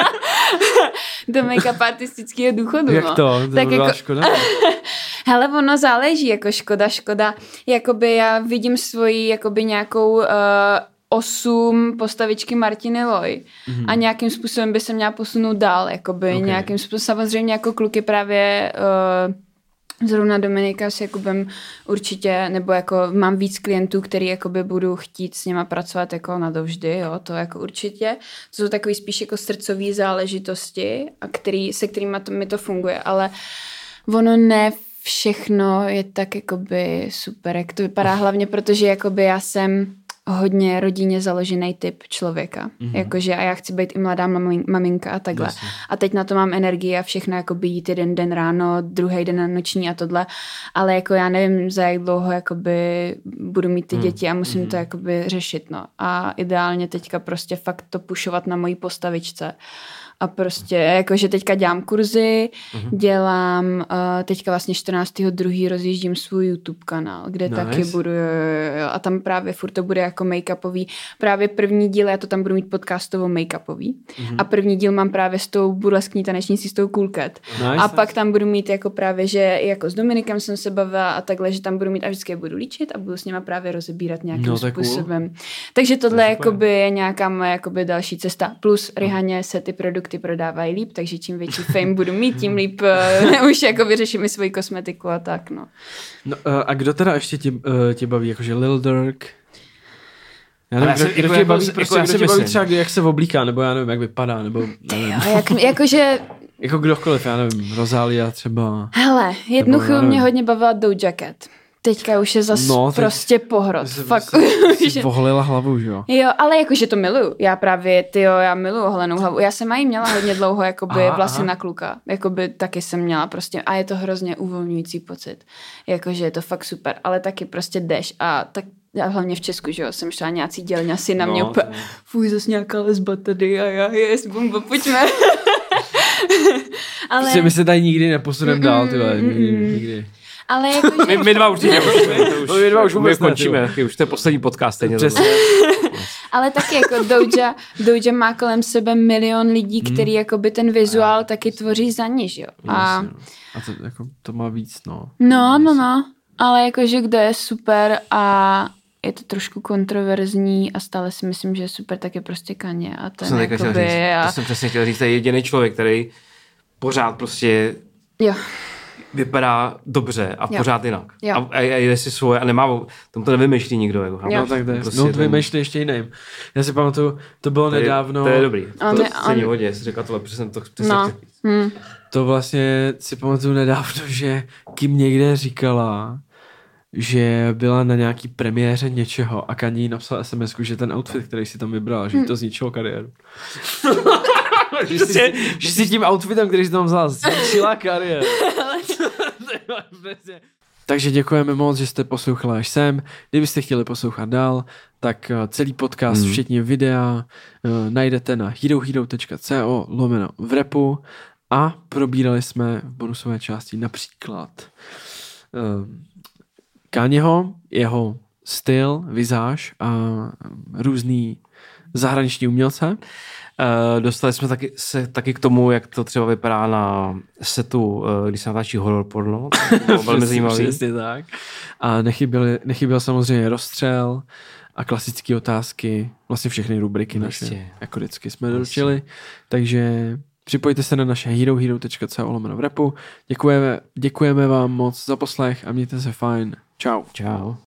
Do make-up artistického důchodu, Jak no. to? To tak byla jako... škoda? Hele, ono záleží, jako škoda, škoda. Jakoby já vidím svoji jakoby nějakou... Uh, osm postavičky Martiny Loy mm-hmm. a nějakým způsobem by se měla posunout dál, jakoby okay. nějakým způsobem, samozřejmě jako kluky právě uh, zrovna Dominika s Jakubem určitě, nebo jako mám víc klientů, který jakoby budu chtít s nima pracovat jako nadovždy, jo, to jako určitě. To jsou takový spíš jako srdcový záležitosti, a který, se kterýma to, mi to funguje, ale ono ne všechno je tak jakoby super, jak to vypadá hlavně, protože jakoby já jsem hodně rodině založený typ člověka. Mm-hmm. Jakože a já chci být i mladá mamin, maminka a takhle. Jasně. A teď na to mám energii a všechno jakoby jít jeden den ráno, druhý den na noční a tohle. Ale jako já nevím, za jak dlouho jakoby budu mít ty mm. děti a musím mm-hmm. to jakoby řešit. No. A ideálně teďka prostě fakt to pušovat na mojí postavičce. A prostě, jakože teďka dělám kurzy, uh-huh. dělám, uh, teďka vlastně čtrnáctého druhého rozjíždím svůj YouTube kanál, kde nice. taky budu, jo, jo, jo, a tam právě furt to bude jako make-upový. Právě první díl, já to tam budu mít podcastovou make-upový. Uh-huh. A první díl mám právě s tou burleskní tanečnicí, s tou Cool Cat. Nice, a nice. Pak tam budu mít jako právě, že jako s Dominikem jsem se bavila a takhle, že tam budu mít a vždycky je budu líčit a budu s nima právě rozebírat nějakým no, způsobem. Cool. Takže tohle jakoby je nějaká moje jakoby další cesta. Plus Rihaně se ty produkty prodávají líp, takže čím větší fame budu mít, tím líp uh, už jako vyřeším i svoji kosmetiku a tak, no. No uh, a kdo teda ještě tě, uh, tě baví, jakože Lil Durk? Já nevím, já kdo, kdo tě baví, prostě, kdo tě baví třeba, jak se oblíká, nebo já nevím, jak vypadá, nebo nevím. Jo, jak, jakože... jako kdokoliv, já nevím, Rosalia třeba. Hele, jednu chvíli mě hodně bavila Doja Cat. Teďka už je zas no, prostě pohrod. Fakt. Jsi že... poholila hlavu, že jo? Jo, ale jakože to miluju. Já právě, tyjo, já miluju holenou hlavu. Já jsem mají měla hodně dlouho jakoby aha, vlasy aha. na kluka. Jakoby taky jsem měla prostě a je to hrozně uvolňující pocit. Jakože je to fakt super, ale taky prostě jdeš a tak já hlavně v Česku, že jo, jsem šla nějací dělňasi na mě no, úplně, fuj, zase nějaká lesba tady a já, jest, bomba, pojďme. ale... Prostě my se tady nikdy neposuneme mm, dál, tyhle, mm, nikdy. Ale jakože... My, my dva už nepůjčíme, to už, my dva už vůbec končíme, už to je poslední podcast. Stejně ale taky jako Doja, Doja má kolem sebe milion lidí, který mm. jakoby ten vizuál a, taky tvoří za ní, že jo. A, a to, jako, to má víc, no. No, no, no, ale jakože kdo je super a je to trošku kontroverzní a stále si myslím, že je super, tak je prostě Kanye. A ten to, jakoby, a... to jsem přesně chtěl říct, to je jediný člověk, který pořád prostě... Jo. vypadá dobře a jo. pořád jinak. Jo. A, a jde si svoje a nemá, tomu to nevymýšlí nikdo. Jako, no tak to je, prostě no to vymýšlí ještě jiným. Já si pamatuju, to bylo to je, nedávno. To je dobrý. On to je, cení on... hodně, jsi řekla tohle, protože jsem to přesně no. hmm. To vlastně si pamatuju nedávno, že Kim někde říkala, že byla na nějaký premiéře něčeho a Kanye napsal es em esku, že ten outfit, který si tam vybral, že jí to zničilo kariéru. že, si, že si tím outfitem, který jsi tam vzal, zničila kariéru. Takže děkujeme moc, že jste poslouchali až sem. Kdybyste chtěli poslouchat dál, tak celý podcast, mm. včetně videa, najdete na herohero tečka co lomeno v repu a probírali jsme v bonusové části například Kanyeho, jeho styl, vizáž a různý zahraniční umělce. Uh, dostali jsme taky, se taky k tomu, jak to třeba vypadá na setu, uh, když se natáčí horror porno. To bylo velmi zajímavý. Přesně tak. A nechyběl, nechyběl samozřejmě rozstřel a klasické otázky, vlastně všechny rubriky Vlastně. naše, jako vždycky jsme doručili. Takže připojte se na naše herohero tečka co lomeno v repu. Děkujeme, děkujeme vám moc za poslech a mějte se fajn. Čau. Čau.